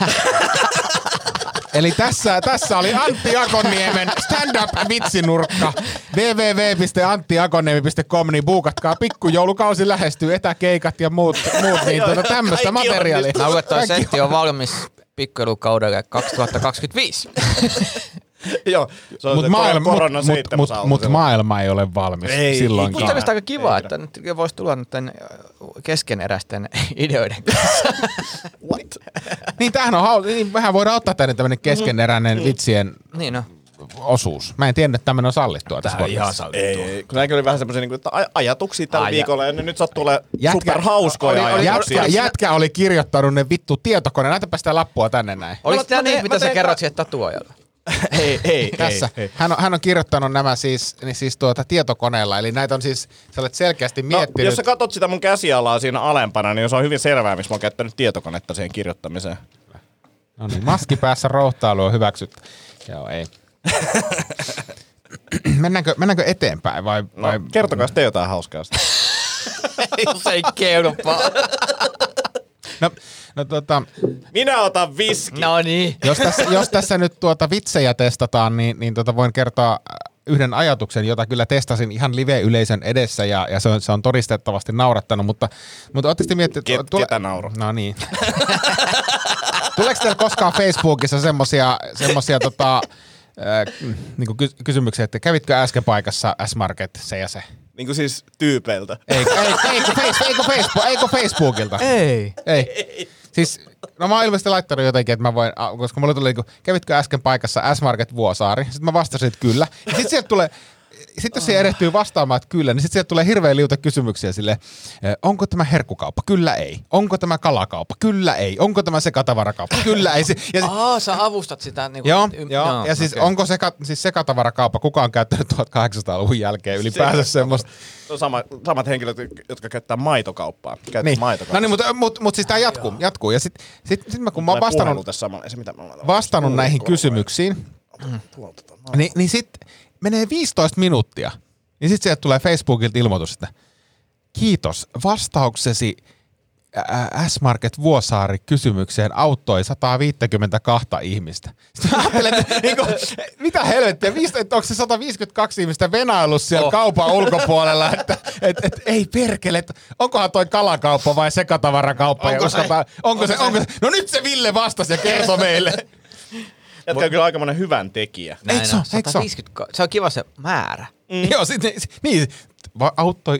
E: Eli tässä oli Antti Akonniemen stand-up-vitsinurkka. www.anttiakoniemi.com, niin buukatkaa, pikkujoulukausi lähestyy, etäkeikat ja muut niin tämmöistä materiaalia.
G: Mä luulen, että toi setti on valmis pikkujoulukaudelle 2025.
F: Joo, se on
E: Mutta maailma ei ole valmis silloinkaan.
G: Mutta olisi aika kiva, että nyt voisi tulla keskeneräisten ideoiden kanssa.
F: What?
E: Niin tämähän on niin vähän voidaan ottaa tänne tämmöinen keskeneräinen vitsien osuus. Mä en tiedä, että tämmöinen on sallittua tässä podcastissa.
F: Ei, kun näinkin oli vähän semmoisia niin ajatuksia tällä viikolla ja nyt sattuu olemaan superhauskoja ajatuksia.
E: Jätkä oli kirjoittanut ne vittu tietokone. Näytäpä sitä lappua tänne näin.
G: Oliko tämä niin, mitä sä kerrot siihen tatuojalla?
F: Ei.
E: Tässä. Hän on kirjoittanut nämä siis tietokoneella, eli näitä on siis, sä olet selkeästi miettinyt.
F: No, jos sä katsot sitä mun käsialaa siinä alempana, niin se on hyvin selvää, missä mä oon käyttänyt tietokonetta siihen kirjoittamiseen.
E: No niin, maski päässä rohtailu on hyväksytty. Joo, ei. Mennäänkö eteenpäin vai?
F: Kertokaa te jotain hauskaa.
G: Jos ei keulupaa.
F: Minä otan viski.
G: No niin.
E: Jos tässä nyt vitsejä testataan, niin voin kertoa yhden ajatuksen, jota kyllä testasin ihan live-yleisön edessä ja se on todistettavasti naurattanut, mutta ootte sitten miettinyt...
F: Ketä nauroi?
E: No niin. Tuleeko teillä koskaan Facebookissa semmosia niinku kysymyksiä, että kävitkö äsken paikassa S-Market se ja se?
F: Niinku siis tyypeiltä.
E: Eikö Facebookilta?
G: Ei.
E: Siis, no mä oon ilmeisesti laittanut jotenkin, että mä voin, koska mulle tuli kävitkö äsken paikassa S-Market Vuosaari? Sitten mä vastasin, että kyllä. Ja sitten sieltä tulee, jos se erehtyy vastaamaan, että kyllä, niin sitten sieltä tulee hirveän liuta kysymyksiä silleen, onko tämä herkkukauppa? Kyllä ei. Onko tämä kalakauppa? Kyllä ei. Onko tämä sekatavarakauppa? Kyllä ei.
G: Sä avustat sitä. Niin
E: joo. Ja siis onko sekatavarakauppa? Kuka on käyttänyt 1800-luvun jälkeen ylipäänsä semmoista?
F: Se on samat henkilöt, jotka käyttää maitokauppaa.
E: Niin. No niin, mutta siis tää jatkuu. Ja sit kun mä oon vastannut näihin kysymyksiin, niin sit menee 15 minuuttia, niin sitten sieltä tulee Facebookilta ilmoitus, että kiitos, vastauksesi S-Market Vuosaari kysymykseen auttoi 152 ihmistä. Sitten mä ajattelen, että mitä helvettiä, onko se 152 ihmistä venailut siellä kaupan ulkopuolella, että ei perkele, että onkohan toi kalakauppa vai sekatavarakauppa? Onko se? No nyt se Ville vastasi ja kertoi meille.
F: Jätkä on kyllä aikamoinen hyvän tekijä.
E: Eikö se
G: se on kiva se määrä.
E: Joo, niin, auttoi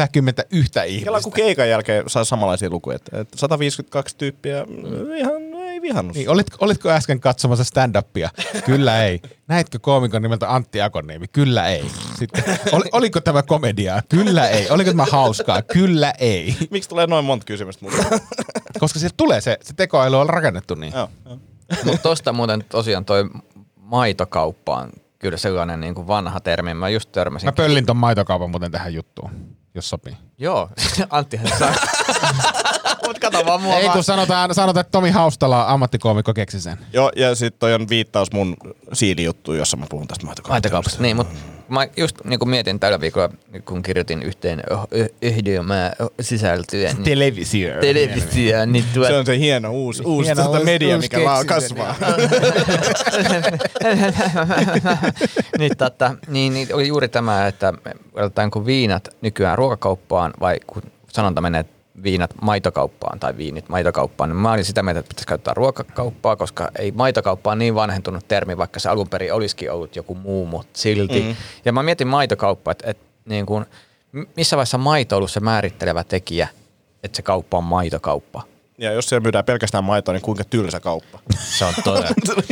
E: 91 ihmistä.
F: Kela kun keikan jälkeen saa samanlaisia lukuja, että 152 tyyppiä ihan ei vihannut.
E: Niin, olitko äsken katsomassa stand-upia? Kyllä ei. Näitkö koomikon nimeltä Antti Akoniemi? Kyllä ei. Sitten, oliko tämä komediaa? Kyllä ei. Oliko tämä hauskaa? Kyllä ei.
F: Miksi tulee noin monta kysymystä muuten?
E: Koska sieltä tulee se tekoäly on rakennettu niin.
F: Joo.
G: Mutta tosta muuten tosiaan toi maitokauppa on kyllä sellainen niin kuin vanha termi. Mä just törmäsin.
E: Mä pöllin ton maitokaupan muuten tähän juttuun, jos sopii.
G: Joo, Anttihan saa. Mut kato vaan mua.
E: Ei kun sanotaan, että Tomi Haustala, ammattikoomikko, keksi sen.
F: Joo, ja sit toi on viittaus mun siilijuttuun, jossa mä puhun tästä maitokaupasta.
G: Niin, mutta mä just niin kuin mietin tällä viikolla, kun kirjoitin yhteen ohjelmaa sisältöä. Niin
E: Televisio.
G: Niin
F: se on se hieno uusi media, mikä vaan kasvaa.
G: niin oli juuri tämä, että otetaanko viinat nykyään ruokakauppaan vai kun sanonta menee, viinat maitokauppaan tai viinit maitokauppaan, niin mä olin sitä mieltä, että pitäisi käyttää ruokakauppaa, koska ei maitokauppa on niin vanhentunut termi, vaikka se alun perin olisikin ollut joku muu, mutta silti. Ja mä mietin maitokauppaa, että niin kuin, missä vaiheessa maito on ollut se määrittelevä tekijä, että se kauppa on maitokauppa.
F: Ja jos siellä myydään pelkästään maitoa, niin kuinka tylsä kauppa.
G: Se on todella.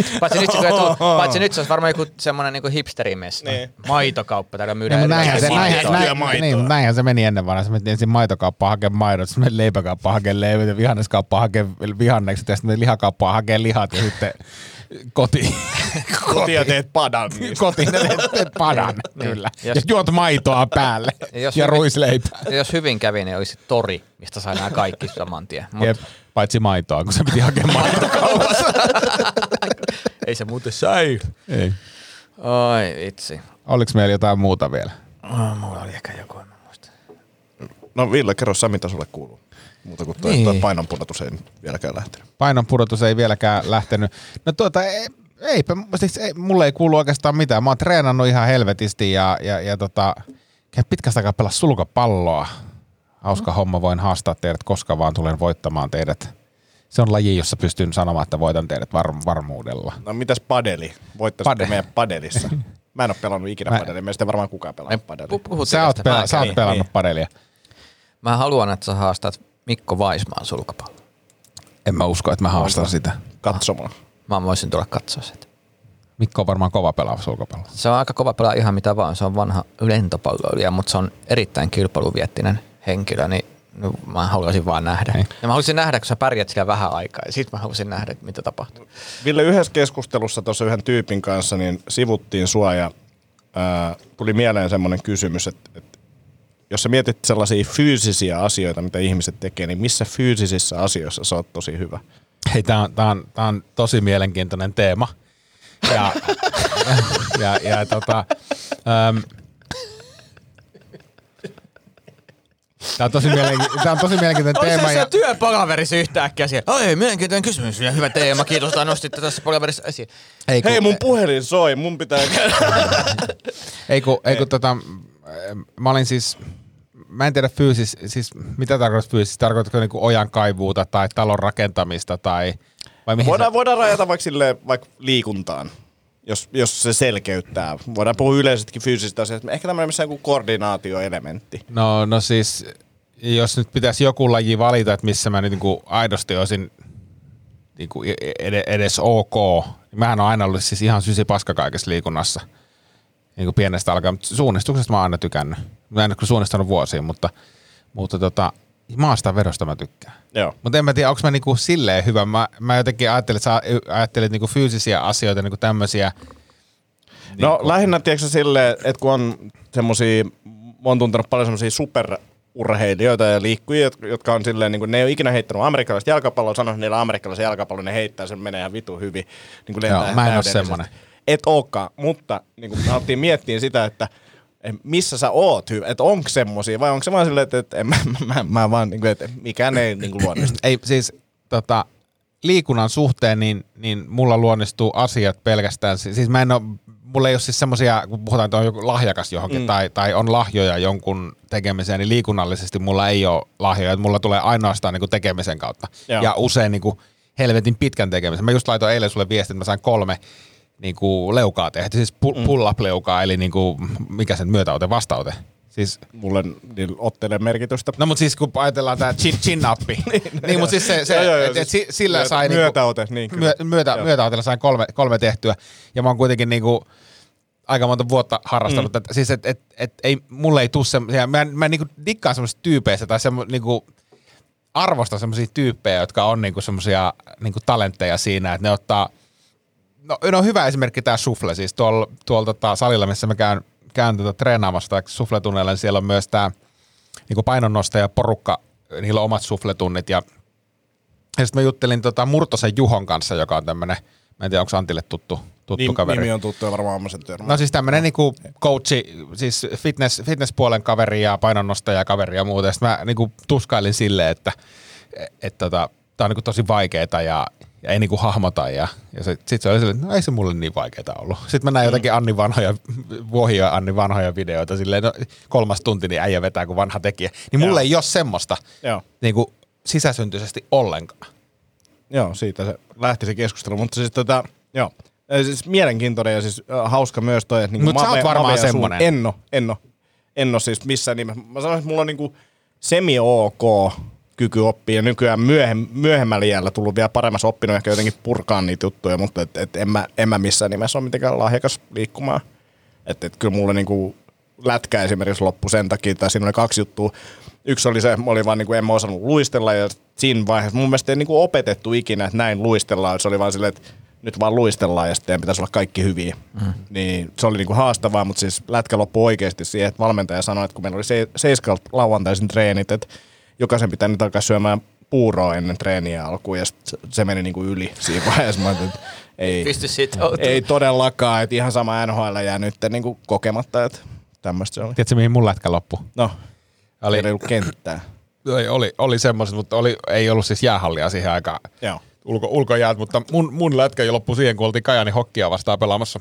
G: Paitsi nyt se olisi varmaan joku semmoinen niin hipsterimesta. Niin. Maitokauppa, täällä myydään erilaisia maitoa.
E: Näinhän se meni ennen vanha. Se meni ensin maitokauppaan hakemaan maidot, sitten meni leipäkauppaan hakemaan leivät ja vihanneskauppaan hakemaan vihannekset ja sitten meni lihakauppaan hakemaan lihat ja sitten kotiin
F: ja teet padan.
E: Kotiin teet padan, kyllä. Ja juot maitoa päälle ja ruisleipää.
G: Jos hyvin kävi, niin olisi tori, mistä sai nämä kaikki saman tien.
E: Jep, paitsi maitoa, kun se piti hakea maitokaupassa.
G: Ei se muuten säily.
E: Ei.
G: Oi vitsi.
E: Oliko meillä jotain muuta vielä?
G: Mulla oli ehkä joku, en muista.
F: No Ville, kerro sä, mitä sulle kuuluu. Muuta kuin toi painonpudotus ei vieläkään lähtenyt.
E: Painonpudotus ei vieläkään lähtenyt. No mulle ei kuulu oikeastaan mitään. Mä oon treenannut ihan helvetisti ja pitkästä aikaa pelaa sulkapalloa. Hauska homma, voin haastaa teidät, koska vaan tulen voittamaan teidät. Se on laji, jossa pystyn sanomaan, että voitan teidät varmuudella.
F: No mitäs padeli? Voittaisitko meidän padelissa? Mä en ole pelannut ikinä padelia. Meistä varmaan kukaan pelannut padelia.
E: Sä oot pelannut padelia.
G: Mä haluan, että sä haastat Mikko Vaismaan sulkapallo.
E: En mä usko, että mä haastan sitä.
F: Katsomaan.
G: Mä voisin tulla katsoa sitä.
E: Mikko on varmaan kova pelaa sulkapalloa.
G: Se on aika kova pelaa ihan mitä vaan. Se on vanha lentopalloilija, mutta se on erittäin kilpailuviettinen henkilö, niin mä haluaisin vaan nähdä. Hei. Ja mä haluaisin nähdä, kun sä pärjät siellä vähän aikaa, ja sit mä haluaisin nähdä, mitä tapahtuu.
F: Ville, yhdessä keskustelussa tuossa yhden tyypin kanssa niin sivuttiin sua, ja tuli mieleen semmoinen kysymys, että jos sä mietit sellaisia fyysisiä asioita, mitä ihmiset tekee, niin missä fyysisissä asioissa sä oot tosi hyvä?
E: Hei, tää on tosi mielenkiintoinen teema. Tää on tosi mielenkiintoinen teema.
G: Se on työpalaverissa yhtäkkiä siellä. Oi, mielenkiintoinen kysymys ja hyvä teema. Kiitos, että nostitte tässä palaverissa esiin.
F: Hei, mun puhelin soi, mun pitää käydä.
E: Mä olin siis, mä en tiedä siis mitä tarkoittaa fyysisesti, tarkoitatko niinku ojan kaivuuta tai talon rakentamista tai vai mihin
F: voidaan rajata vaikka liikuntaan, jos se selkeyttää. Voidaan puhua yleisestikin fyysisistä asioista, ehkä tämmöinen missä joku koordinaatioelementti.
E: No siis, jos nyt pitäisi joku laji valita, että missä mä nyt niinku aidosti olisin niinku edes ok. Mähän on aina ollut siis ihan sysipaska kaikessa liikunnassa. Niinku pienestä alkaen, mutta suunnistuksesta mä oon aina tykännyt. Mä en ole suunnistanut vuosiin, mutta maasta vedosta mä tykkään. Mutta en mä tiedä, onko mä niinku silleen hyvä. Mä jotenkin ajattelin, että sä ajattelit niinku fyysisiä asioita, niinku tämmöisiä.
F: No lähinnä tiedätkö silleen, että kun on semmosia, mä oon tuntenut paljon semmosia superurheilijoita ja liikkujia, jotka on silleen, niin kuin, ne ei ole ikinä heittänyt amerikkalaista jalkapalloa, sanoo, että niillä on amerikkalaisen jalkapallo, ne heittää, sen menee ihan vitu hyvin. Niin
E: joo, mä en ole semmonen.
F: Et ookaan, mutta niin kuin me haluttiin miettiä sitä, että missä sä oot hyvä, että onko semmosia, vai onko se vaan silleen, että mä vaan, niin kuin, että mikään ei niin kuin luonnistu.
E: Ei, siis liikunnan suhteen, niin mulla luonnistuu asiat pelkästään, siis mulla ei ole siis semmosia, kun puhutaan, että on joku lahjakas johonkin, tai on lahjoja jonkun tekemiseen, niin liikunnallisesti mulla ei ole lahjoja, että mulla tulee ainoastaan niin kuin tekemisen kautta. Joo. Ja usein niin kuin helvetin pitkän tekemisen. Mä just laitoin eilen sulle viestin, että mä sain 3 niinku leukaa tehdä, siis pull-up-leukaa, eli niinku, mikä sen myötäote, vastaote. Siis
F: mulle ottelee merkitystä.
E: No mut siis kun ajatellaan tää chin-uppi, niin mut siis sillä sai
F: myötäote, niin kyllä.
E: Myötäotella sain 3 tehtyä, ja mä oon kuitenkin niinku aika monta vuotta harrastanut, että siis ei, mulle ei tuu semmosia, mä niinku dikkaan semmoisista tyypeistä, tai niinku arvostan semmosia tyyppejä, jotka on niinku semmosia niinku talentteja siinä, että ne ottaa. No hyvä esimerkki tää sufle, siis tuolla salilla, missä mä käyn treenaamassa tai sufletunneilla, niin siellä on myös tää niinku painonnostaja porukka, niillä on omat sufletunnit, ja sitten mä juttelin Murtosen Juhon kanssa, joka on tämmönen, mä en tiedä, onko Antille tuttu kaveri.
F: Nimi on tuttu ja varmaan ammasen törmää.
E: No siis tämmönen niinku coachi, siis fitnesspuolen kaveri ja painonnostaja kaveri ja muuta, ja sitten mä niinku tuskailin silleen, että tää on niinku tosi vaikeeta ja ei niinku hahmota, ja sit se oli silleen, että no ei se mulle niin vaikeeta ollut. Sitten mä näin jotakin Anni vanhoja videoita, silleen 3 tunti, niin äijä vetää kuin vanha tekijä. Niin mulle ei ole semmoista niinku sisäsyntyisesti ollenkaan. Joo, siitä se lähti se keskustelu, mutta siis siis mielenkiintoinen ja siis hauska myös toi, että niinku
F: mutta sä oot varmaan semmonen. En oo siis missään nimessä. Mä sanoisin, että mulla on niinku semi-ok kyky oppia, ja nykyään myöhemmällä iällä tullut vielä paremmassa oppinut ehkä jotenkin purkaa niitä juttuja, mutta en mä missään nimessä ole mitenkään lahjakas liikkumaan. Että kyllä mulle niinku lätkä esimerkiksi loppui sen takia, tai siinä oli 2 juttua. Yksi oli se, mä olin vaan niinku, en mä osannut luistella, ja siinä vaiheessa mun mielestä ei niinku opetettu ikinä, että näin luistellaan. Se oli vaan silleen, että nyt vaan luistellaan, ja sitten pitäisi olla kaikki hyviä. Niin se oli niinku haastavaa, mutta siis lätkä loppui oikeasti siihen, että valmentaja sanoi, että kun meillä oli 7 lauantaisin treenit, että jokaisen pitää nyt alkaa syömään puuroa ennen treeniä alkuun, ja se meni niinku yli siinä vaiheessa. Mä ajattelin, että ei todellakaan, että ihan sama NHL jää nyt niinku kokematta, että tämmöistä se oli.
E: Tiedätkö, mihin mun lätkä loppui?
F: No, ei ollut kenttää.
E: Oli semmoiset, mutta ei ollut siis jäähallia siihen aikaan.
F: Joo.
E: Ulkojäät, mutta mun lätkä jo loppui siihen, kun oltiin Kajani Hokkia vastaan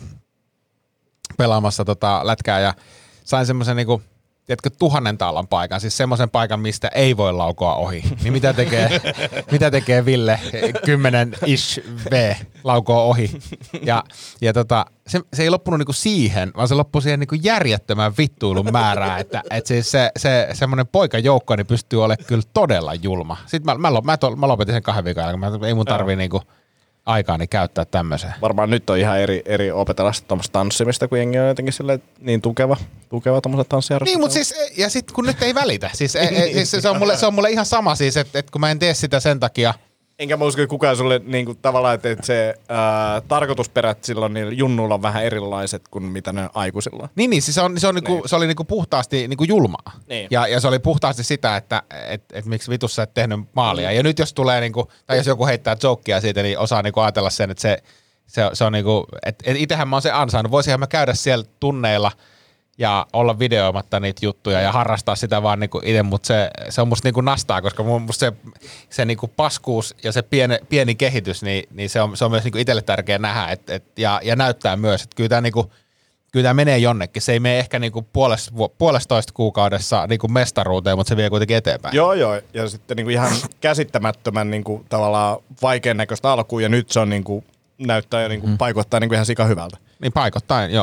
E: pelaamassa lätkää, ja sain semmoisen niinku, tiedätkö, 1000 taalan paikan, siis semmoisen paikan, mistä ei voi laukoa ohi. Niin mitä tekee Ville 10-ish V laukoa ohi. Ja se ei loppunut niinku siihen, vaan se loppui siihen niinku järjettömän vittuilun määrään, että siis se semmoinen poikajoukko niin pystyy olemaan kyllä todella julma. Sitten mä lopetin sen 2 viikon jälkeen, ei mun tarvii niinku aikaani käyttää tämmöiseen.
F: Varmaan nyt on ihan eri opetella tuommoista tanssimista, kun jengi on jotenkin silleen niin tukeva tuommoiset tanssiharrastukset.
E: Niin, mutta siis, ja sitten kun nyt ei välitä. Siis se on mulle ihan sama siis, että kun mä en tee sitä sen takia.
F: Enkä mä usko, että kukaan sulle niinku, tavallaan, että se tarkoitusperät silloin niillä junnuilla on vähän erilaiset kuin mitä ne aikuisilla.
E: Niin siis se oli niinku puhtaasti niinku julmaa. Niin. Ja se oli puhtaasti sitä, että miksi vitussa et tehnyt maalia. Ja nyt jos tulee niinku, tai jos joku heittää jokia siitä, niin osaa niinku ajatella sen, että se on niinku, että itsehän mä oon se ansainnut. Voisinhan mä käydä siellä tunneilla ja olla videoimatta niitä juttuja ja harrastaa sitä vaan niinku itse, mutta se on musta niinku nastaa, koska musta se niinku paskuus ja se pieni kehitys, niin se on myös niinku itselle tärkeä nähdä ja näyttää myös, että kyllä tää menee jonnekin. Se ei mene ehkä niinku puolestoista kuukaudessa niinku mestaruuteen, mutta se vie kuitenkin eteenpäin.
F: Joo, ja sitten niinku ihan käsittämättömän niinku tavallaan vaikean näköistä alkuun, ja nyt se on niinku näyttää jo niinku paikoittaa niinku ihan sika hyvältä.
E: Niin paikoittain, joo.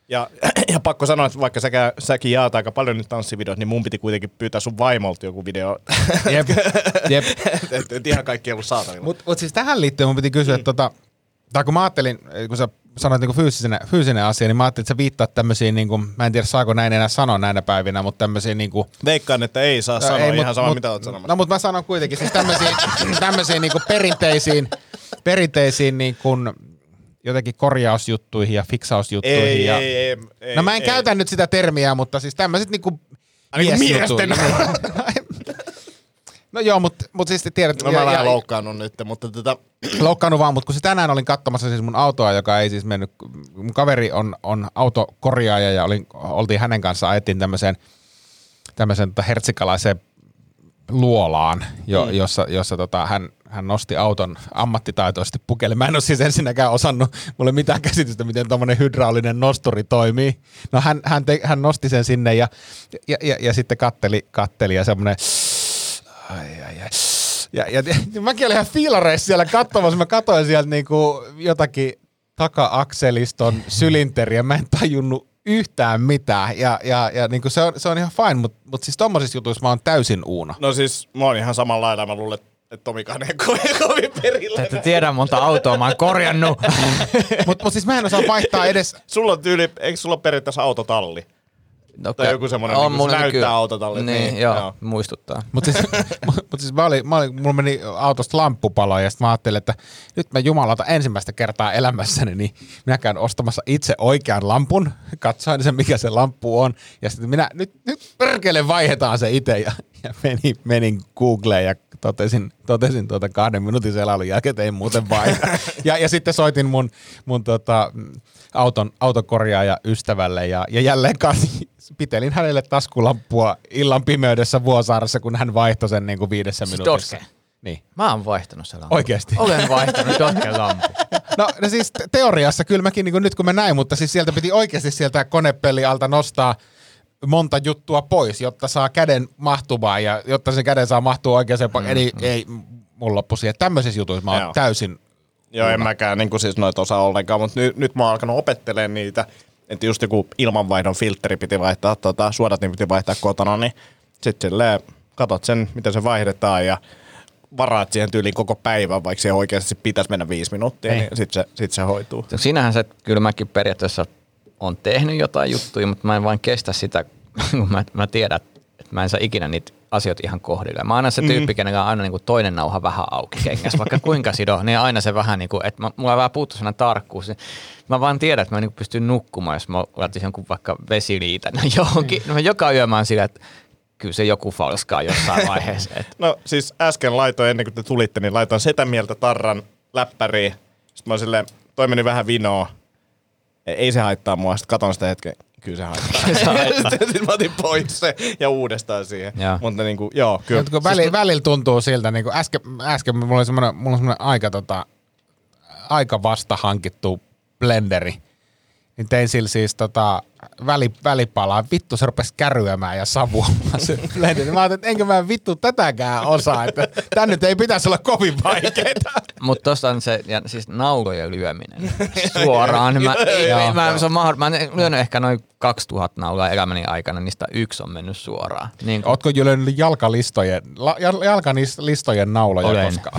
F: Ja pakko sanoa, että vaikka säkin jaat aika paljon nyt tanssivideoita, niin mun piti kuitenkin pyytää sun vaimolta joku video.
E: Jep.
F: Et ihan kaikki ei ollut saatavilla.
E: Mut siis tähän liittyen mun piti kysyä, tai kun mä ajattelin, kun sä sanoit niinku fyysinen asia, niin mä ajattelin, että sä viittaat tämmöisiin, niinku, mä en tiedä saako näin enää sanoa näinä päivinä, mutta tämmöisiin niinku...
F: Veikkaan, että ei saa sanoa ihan sama mitä oot sanomassa.
E: No mutta mä sanon kuitenkin, siis tämmöisiin niinku perinteisiin niinku jotenkin korjausjuttuihin ja fiksausjuttuihin.
F: Ei,
E: no mä en käytä nyt sitä termiä, mutta siis tämmöiset niinku miesjuttuja. No joo, mutta siis te tiedät...
F: No mä vähän loukkaannut nyt, mutta
E: loukkaannut vaan, mutta kun se tänään olin katsomassa siis mun autoa, joka ei siis mennyt... Mun kaveri on autokorjaaja ja oltiin hänen kanssa, ajettiin tämmöiseen hertsikalaiseen luolaan, jossa hän nosti auton ammattitaitoisesti pukelle. Mä en ole siis ensinnäkään osannut, mulla ei mitään käsitystä, miten tommonen hydraulinen nosturi toimii. No hän nosti sen sinne ja sitten katteli ja semmonen... Ja mäkin olin ihan fiilareissa siellä katsomassa. Mä katsoin sieltä niinku jotakin taka-akseliston sylinteriä. Mä en tajunnut yhtään mitään. Ja niinku se on ihan fine, mutta siis tommosissa jutuissa mä oon täysin uuno.
F: No siis mä oon ihan samalla lailla. Mä luulen, että Tomikaan ei kovin perillä.
G: Ette tiedä monta autoa mä oon korjannut.
E: Mut siis mä en osaa vaihtaa edes...
F: Sulla on eikö sulla ole periaatteessa autotalli? Tai joku semmoinen, niin kun näyttää autotalli.
G: Niin, joo, muistuttaa.
E: Mutta siis mulla meni autosta lamppu paloon ja sitten mä ajattelin, että nyt mä jumalauta ensimmäistä kertaa elämässäni, niin minä käyn ostamassa itse oikean lampun, katsoin sen mikä se lamppu on ja sitten minä nyt perkele vaihdetaan se itse ja menin Googleen ja totesin 2 minuutin selailun jälkeen, että ei muuten vaihda. ja sitten soitin mun autokorjaaja ystävälle ja jälleen pitelin hänelle taskulampua illan pimeydessä Vuosaaressa, kun hän vaihtoi sen niin kuin 5 minuutissa. Niin.
G: Mä oon vaihtanut sen lampun.
E: Oikeesti?
G: Olen vaihtanut Dotken lampun.
E: No siis teoriassa kyllä mäkin niin nyt kun mä näin, mutta siis sieltä piti oikeasti sieltä konepelli alta nostaa monta juttua pois, jotta saa käden mahtumaan ja jotta sen käden saa mahtua oikeaan paikkaan. Eli ei mun loppu siihen. Tämmöisissä jutuissa mä oon täysin...
F: Joo, en mäkään niin siis noita osaa ollenkaan, mutta nyt mä oon alkanut opettelemaan niitä. Että just joku ilmanvaihdon filtteri piti vaihtaa, suodatin piti vaihtaa kotona, niin sitten silleen katot sen, miten se vaihdetaan ja varaat siihen tyyliin koko päivän, vaikka siihen oikeasti pitäisi mennä 5 minuuttia, niin sit se hoituu.
G: Sinähän se, kyllä mäkin periaatteessa on tehnyt jotain juttuja, mutta mä en vain kestä sitä, kun mä tiedän, että mä en saa ikinä niitä asioita ihan kohdille. Mä oon aina se tyyppi, kenellä on aina niin kuin toinen nauha vähän auki kengässä, vaikka kuinka sido, niin aina se vähän niin kuin, että mulla vähän puuttuu sellainen tarkkuus. Mä vaan tiedän, että mä niin pystyn nukkumaan, jos mä laittaisin jonkun vaikka vesiliitän johonkin. No joka yö mä oon sillä, että kyllä se joku falskaa jossain vaiheessa.
F: No siis äsken laitoin, ennen kuin te tulitte, niin laitoin Setämieltä tarran läppäriin. Sitten mä oon silleen, toi meni vähän vinoa. Ei se haittaa mua. Sitten katon sitä hetken. Kyllä se haittaa. Sitten mä otin pois se ja uudestaan siihen. Ja. Mutta niinku, joo, kyllä.
E: Kun välillä tuntuu siltä, niin kuin äsken mulla oli semmoinen aika vasta hankittu blenderi. Niin tein sillä siis välipalaa. Vittu se rupesi käryämään ja savuamaan se blenderi. Mä ajattelin, että enkä mä vittu tätäkään osaa. Että tän nyt ei pitäisi olla kovin vaikeeta.
G: Mutta tossa on se, ja siis naulojen lyöminen suoraan. Mä oon lyönyt ehkä noin 2000 naulaa elämäni aikana, niistä 1 on mennyt suoraan. Niin
E: ootko jo löynyt jalkalistojen nauloja koskaan?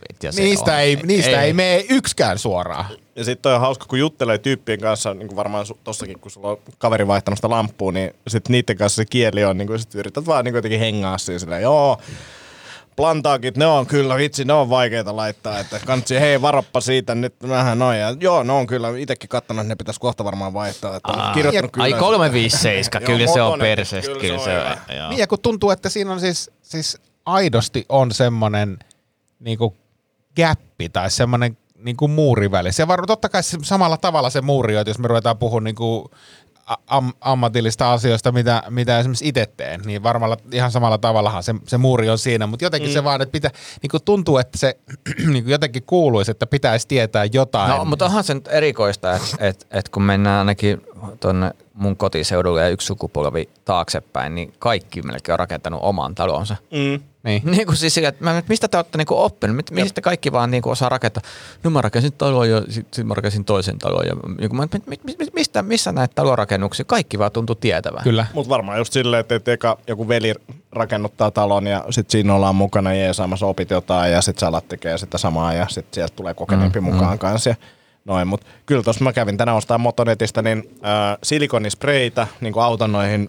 E: Niistä ei mene yksikään suoraan.
F: Ja sitten on hauska, kun juttelee tyyppien kanssa, niin kuin varmaan tossakin, kun sulla on kaveri vaihtanut sitä lamppua, niin sitten niiden kanssa se kieli on, niin kuin sit yrität vaan niin jotenkin hengaa siinä silleen, joo, plantaakit, ne on kyllä, vitsi, ne on vaikeita laittaa, että kansi, hei, varoppa siitä nyt vähän noin, ja joo, ne on kyllä, itsekin katsonut, että ne pitäisi kohta varmaan vaihtaa, että on kirjoittanut kyllä.
G: Ai 357, kyllä se on perseestä, kyllä se on.
E: Niin, ja kun tuntuu, että siinä on siis aidosti on semmoinen niinku gäppi tai semmoinen niinku muuriväli. Se varmaan totta kai samalla tavalla se muuri, että jos me ruvetaan puhumaan niinku ammatillista asioista, mitä esimerkiksi itse teen, niin varmaan ihan samalla tavallahan se muuri on siinä, mutta jotenkin se vaan, että niinku tuntuu, että se niinku jotenkin kuuluisi, että pitäisi tietää jotain.
G: No, mutta onhan se nyt erikoista, että kun mennään ainakin tuonne mun kotiseudulla ja yksi sukupolvi taaksepäin, niin kaikki melkein on rakentanut oman talonsa. Niin kuin siis sillä, että mistä te olette niinku oppinut? Mistä kaikki vaan niinku osaa rakentaa? No mä rakensin talon ja sitten mä rakensin toisen talon. Ja missä näitä talonrakennuksia? Kaikki vaan tuntuu tietävän.
E: Kyllä.
F: Mutta varmaan just silleen, että eka joku veli rakennuttaa talon ja sitten siinä ollaan mukana jeesaamassa, opit jotain ja sitten sä alat tekee sitä samaa ja sitten sieltä tulee kokeneempi mukaan kanssa. Ja noin, mutta kyllä tuossa mä kävin tänään ostaa Motonetista niin silikonispreitä niin kuin auton noihin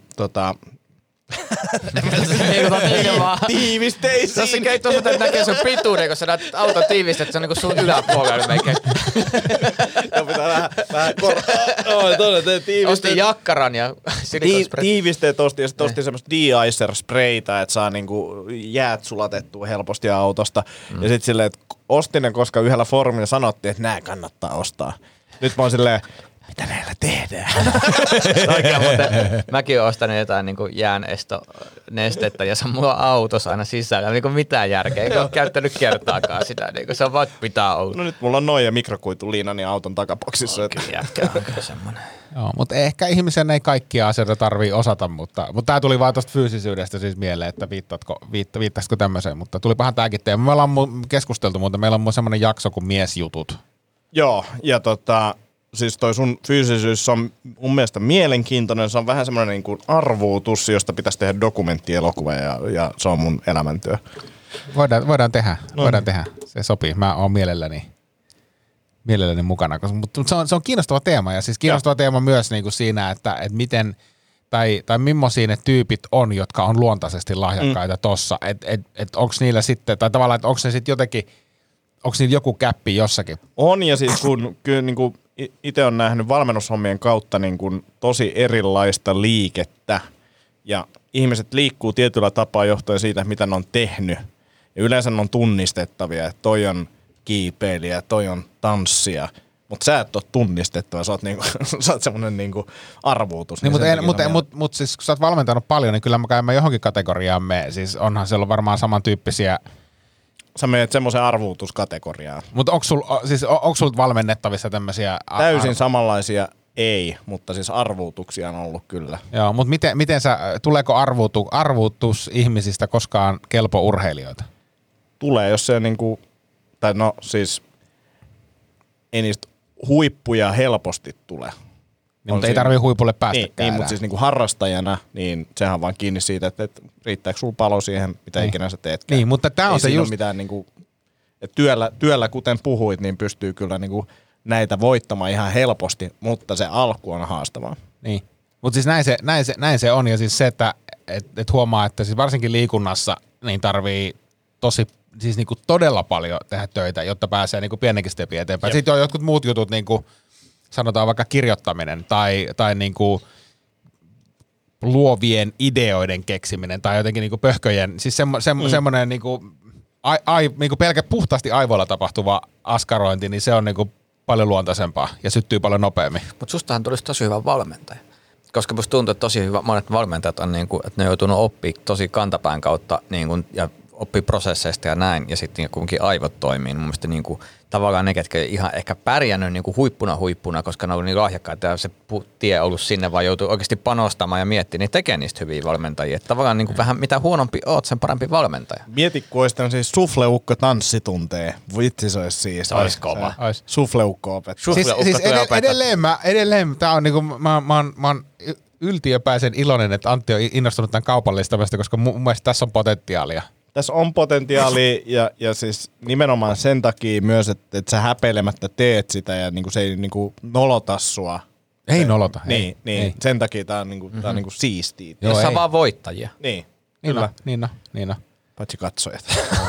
F: tiivisteisiin.
G: Tässä tuossa näkee sun pituuden, kun sä näet auton tiivistä, että se on niinku sun yläpuolella melkein.
F: Joo, pitää vähän korjaa.
G: Ostin jakkaran ja silikonspreitä.
F: Tiivisteet ostin ja sitten ostin semmoista de-icer-spreitä, että saa niinku jäät sulatettua helposti autosta. Ja sitten silleen, että ostin ne, koska yhdellä foorumilla sanottiin, että nää kannattaa ostaa. Nyt mä oon silleen, mitä näillä tehdään?
G: Oikein, mutta mäkin oon ostanut jotain niin jäänestonestettä ja se on mulla autossa aina sisällä. Niin kuin mitään järkeä, enkä ole käyttänyt kertaakaan sitä. Niin se on vaan pitää olla.
F: No nyt mulla on noin ja mikrokuituliina niin auton takaboksissa.
G: Kyllä semmoinen.
E: Joo, mutta ehkä ihmisen ei kaikkia asioita tarvii osata, mutta tää tuli vaan tuosta fyysisyydestä siis mieleen, että viittasitko tämmöiseen, mutta tulipahan tääkin teema. Me ollaan keskusteltu, mutta meillä on semmoinen jakso kuin miesjutut.
F: Joo, ja siis toi sun fyysisyys on mun mielestä mielenkiintoinen. Se on vähän semmoinen niin kuin arvuutus, josta pitäisi tehdä dokumenttielokuva ja se on mun elämäntyö.
E: Voidaan tehdä. Se sopii. Mä oon mielelläni mukana. Mutta se on kiinnostava teema ja siis kiinnostava teema myös niin kuin siinä, että miten tai millaisia ne tyypit on, jotka on luontaisesti lahjakkaita tossa. Et onko niillä sitten, tai tavallaan, että onko ne sitten jotenkin, onko niillä joku käppi jossakin?
F: On ja siis kun kyllä niin kuin itse on nähnyt valmennushommien kautta niin kuin tosi erilaista liikettä ja ihmiset liikkuu tietyllä tapaa johtuen siitä, mitä ne on tehnyt. Ja yleensä ne on tunnistettavia, että toi on kiipeilijä, toi on tanssija, mutta sä et ole tunnistettava, sä oot, niinku, sä oot semmonen niinku arvuutus.
E: Niin, mutta siis kun sä oot valmentanut paljon, niin kyllä mä johonkin kategoriaan mene. Siis onhan siellä varmaan samantyyppisiä.
F: Sä menet semmoisen arvuutuskategoriaan.
E: Mutta onko sulla valmennettavissa tämmöisiä?
F: Täysin samanlaisia ei, mutta siis arvuutuksia on ollut kyllä.
E: Joo, mutta tuleeko arvuutus ihmisistä koskaan kelpo urheilijoita?
F: Tulee, jos se niinku, tai no siis ei niistä huippuja helposti tule.
E: Niin, mutta ei tarvitse huipulle päästäkään.
F: Niin, mutta siis niinku harrastajana, niin sehän on vaan kiinni siitä, että riittääkö sulla palo siihen, mitä ikinä sä teetkään.
E: Niin, mutta tää on se just.
F: Mitään niinku, että työllä, kuten puhuit, niin pystyy kyllä niinku näitä voittamaan ihan helposti, mutta se alku on haastavaa.
E: Niin, mutta siis näin se on ja siis se, että et huomaa, että siis varsinkin liikunnassa niin tarvii siis niinku todella paljon tehdä töitä, jotta pääsee niinku pienenkin stepiä eteenpäin. Jep. Sitten on jotkut muut jutut, niinku sanotaan vaikka kirjoittaminen tai niinku luovien ideoiden keksiminen tai jotenkin niinku pöhköjen, siis semmoinen niinku pelkä puhtaasti aivoilla tapahtuva askarointi, niin se on niinku paljon luontaisempaa ja syttyy paljon nopeammin.
G: Mutta sustahan tulisi tosi hyvä valmentaja. Koska musta tuntuu, että tosi hyvä, monet valmentajat on niinku, että ne on joutunut oppimaan tosi kantapään kautta niinku, ja oppii prosesseista ja näin, ja sitten kuitenkin aivot toimii. Mun mielestä niinku, tavallaan ne, ketkä ihan ehkä pärjännyt niinku huippuna, koska ne on ollut niin lahjakkaita ja se tie ollut sinne, vaan joutuu oikeasti panostamaan ja miettimään, niin tekee niistä hyviä valmentajia. Et tavallaan niinku vähän mitä huonompi oot, sen parempi valmentaja.
F: Mieti, kun olisi siis sufleukko tanssitunteja. Vitsi, se olisi siis.
G: Se olisi kova.
F: Sufleukko opettaa.
E: Siis edelleen tää on niinku, mä oon yltiöpäisen iloinen, että Antti on innostunut tämän kaupallistamista, koska mun mielestä tässä on potentiaalia.
F: Tässä on potentiaalia ja siis nimenomaan sen takia myös, että sä häpeilemättä teet sitä ja niinku se ei niinku nolota sua.
E: Ei nolota.
F: Niin, ei. Sen takia tää on niinku, tää on niinku siistiä.
G: Jossa on vaan voittajia.
F: Niin,
E: kyllä. Niin no.
F: Paitsi katsojat.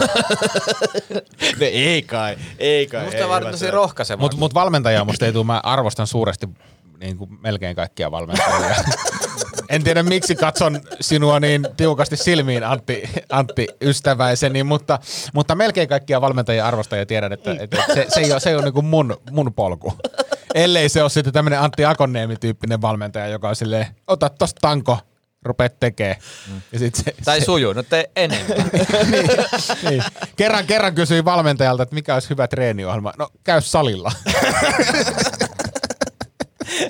F: Ne ei kai.
G: Musta vaan tosi rohkaisevaa.
E: Mut valmentajaa musta ei tule, mä arvostan suuresti niin kuin melkein kaikkia valmentajia. En tiedä miksi katson sinua niin tiukasti silmiin, Antti ystäväiseni, mutta melkein kaikkia valmentajia arvostan ja tiedän, että se ei ole niin kuin mun polku. Ellei se ole sitten tämmöinen Antti Akonniemi-tyyppinen valmentaja, joka on silleen, ota tosta tanko, rupeat tekee. Ja sit
G: tai sujuu, no tee enemmän.
E: niin. Kerran kysyin valmentajalta, että mikä olisi hyvä treeniohjelma. No käy salilla.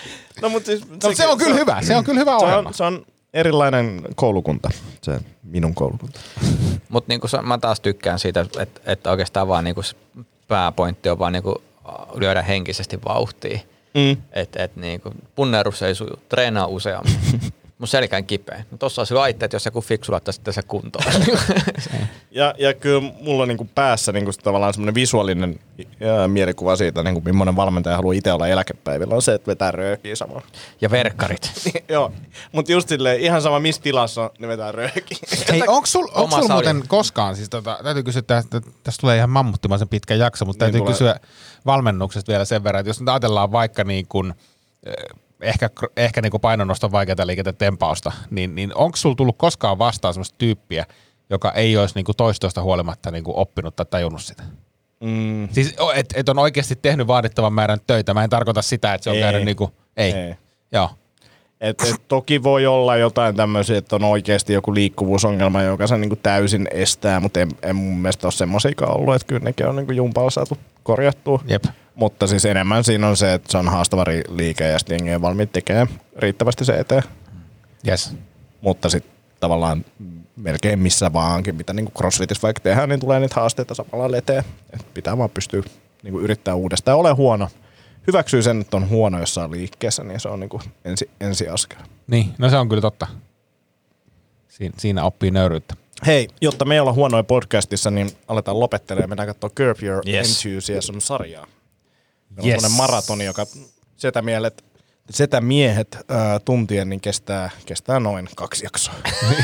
F: No, mutta siis,
E: se on kyllä hyvä. Se on kyllä hyvä ohjelma.
F: Se on erilainen koulukunta, se minun koulukunta.
G: Mutta niinku mä taas tykkään siitä, että oikeastaan vaan niinku pääpointti on vaan niinku lyödä henkisesti vauhtia. Että niinku punnerus ei suju, treenaa useammin. Mun selkä on kipeä. No tossa olisi laitteet, jos joku fiksu laittaisi sitten se kuntoon.
F: ja kyllä mulla on niinku päässä niinku tavallaan semmoinen visuaalinen mielikuva siitä, niinku millainen valmentaja haluaa itse olla eläkepäivillä, on se, että vetää röökiä samoin.
G: Ja verkkarit.
F: Joo, mutta just silleen, ihan sama missä tilassa on, ne vetää röökiä.
E: Hei, onko sul muuten koskaan, siis täytyy kysyä, että tässä tulee ihan mammuttimaisen pitkä jakso, mutta täytyy kysyä valmennuksesta vielä sen verran, että jos nyt ajatellaan vaikka niin kuin ehkä niin kuin painonnoston vaikeata liikettä tempausta, niin onko sulla tullut koskaan vastaan semmoista tyyppiä, joka ei olisi niin kuin toistoista huolimatta niin kuin oppinut tai tajunnut sitä? Siis et on oikeasti tehnyt vaadittavan määrän töitä. Mä en tarkoita sitä, että se on käynyt niin kuin, ei. Joo.
F: Et toki voi olla jotain tämmöisiä, että on oikeasti joku liikkuvuusongelma, joka se niinku täysin estää, mutta en mun mielestä ole semmoisiakaan ollut, että kyllä nekin on niinku jumpalla saatu korjattua.
E: Jep.
F: Mutta siis enemmän siinä on se, että se on haastava liike ja sitten jengi on valmiit tekemään riittävästi se eteen.
E: Yes.
F: Mutta sitten tavallaan melkein missä vaankin, mitä niinku crossfitissä vaikka tehdään, niin tulee niitä haasteita samalla eteen. Et pitää vaan pystyä niinku yrittää uudestaan. Ole huono. Hyväksyy sen, että on huono jossain liikkeessä, niin se on niinku ensi askel.
E: Niin, no se on kyllä totta. Siinä oppii nöyryyttä.
F: Hei, jotta me ei olla huonoja podcastissa, niin aletaan lopettelemaan. Mennään katsoa Curb Your Enthusiasm-sarjaa. Meillä on sellainen maratoni, joka setämiehet tuntien niin kestää noin 2 jaksoa.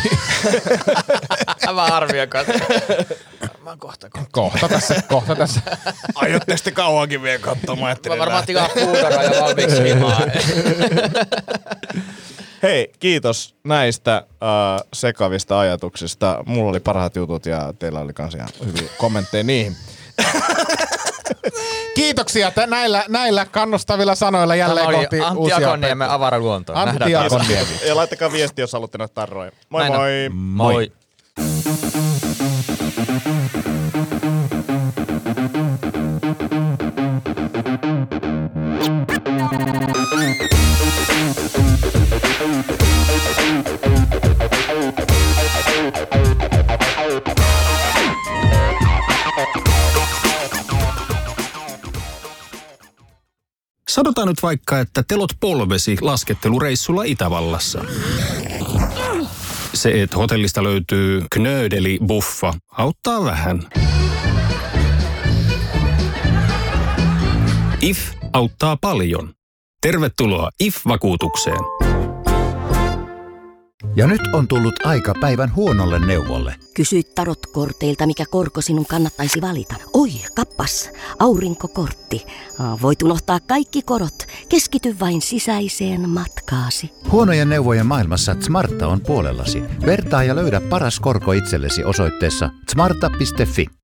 G: Mä arvioin kanssa. Varmaan
E: Kohta tässä.
F: Aiotte sitten kauankin vielä katsomaan.
G: Mä varmaan tikaa puudaraa ja valmiiksi himaa.
F: Hei, kiitos näistä sekavista ajatuksista. Mulla oli parhaat jutut ja teillä oli kans ihan hyviä kommentteja niihin.
E: Kiitoksia näillä kannustavilla sanoilla jälleen kohti uusia.
G: Antti Akonniemen avaraluontoon.
E: Antti Akonniemi.
F: Ja laittakaa viestiä, jos haluatte näitä tarroja. Moi
G: Näin
F: moi!
G: on. Moi!
B: Sanotaan nyt vaikka, että telot polvesi laskettelureissulla Itävallassa. Se, että hotellista löytyy knöydeli-buffa, auttaa vähän. IF auttaa paljon. Tervetuloa IF-vakuutukseen.
H: Ja nyt on tullut aika päivän huonolle neuvolle.
I: Kysy tarotkorteilta, mikä korko sinun kannattaisi valita. Oi, kappas, aurinkokortti. Voit unohtaa kaikki korot. Keskity vain sisäiseen matkaasi.
H: Huonojen neuvojen maailmassa Smarta on puolellasi. Vertaa ja löydä paras korko itsellesi osoitteessa smarta.fi.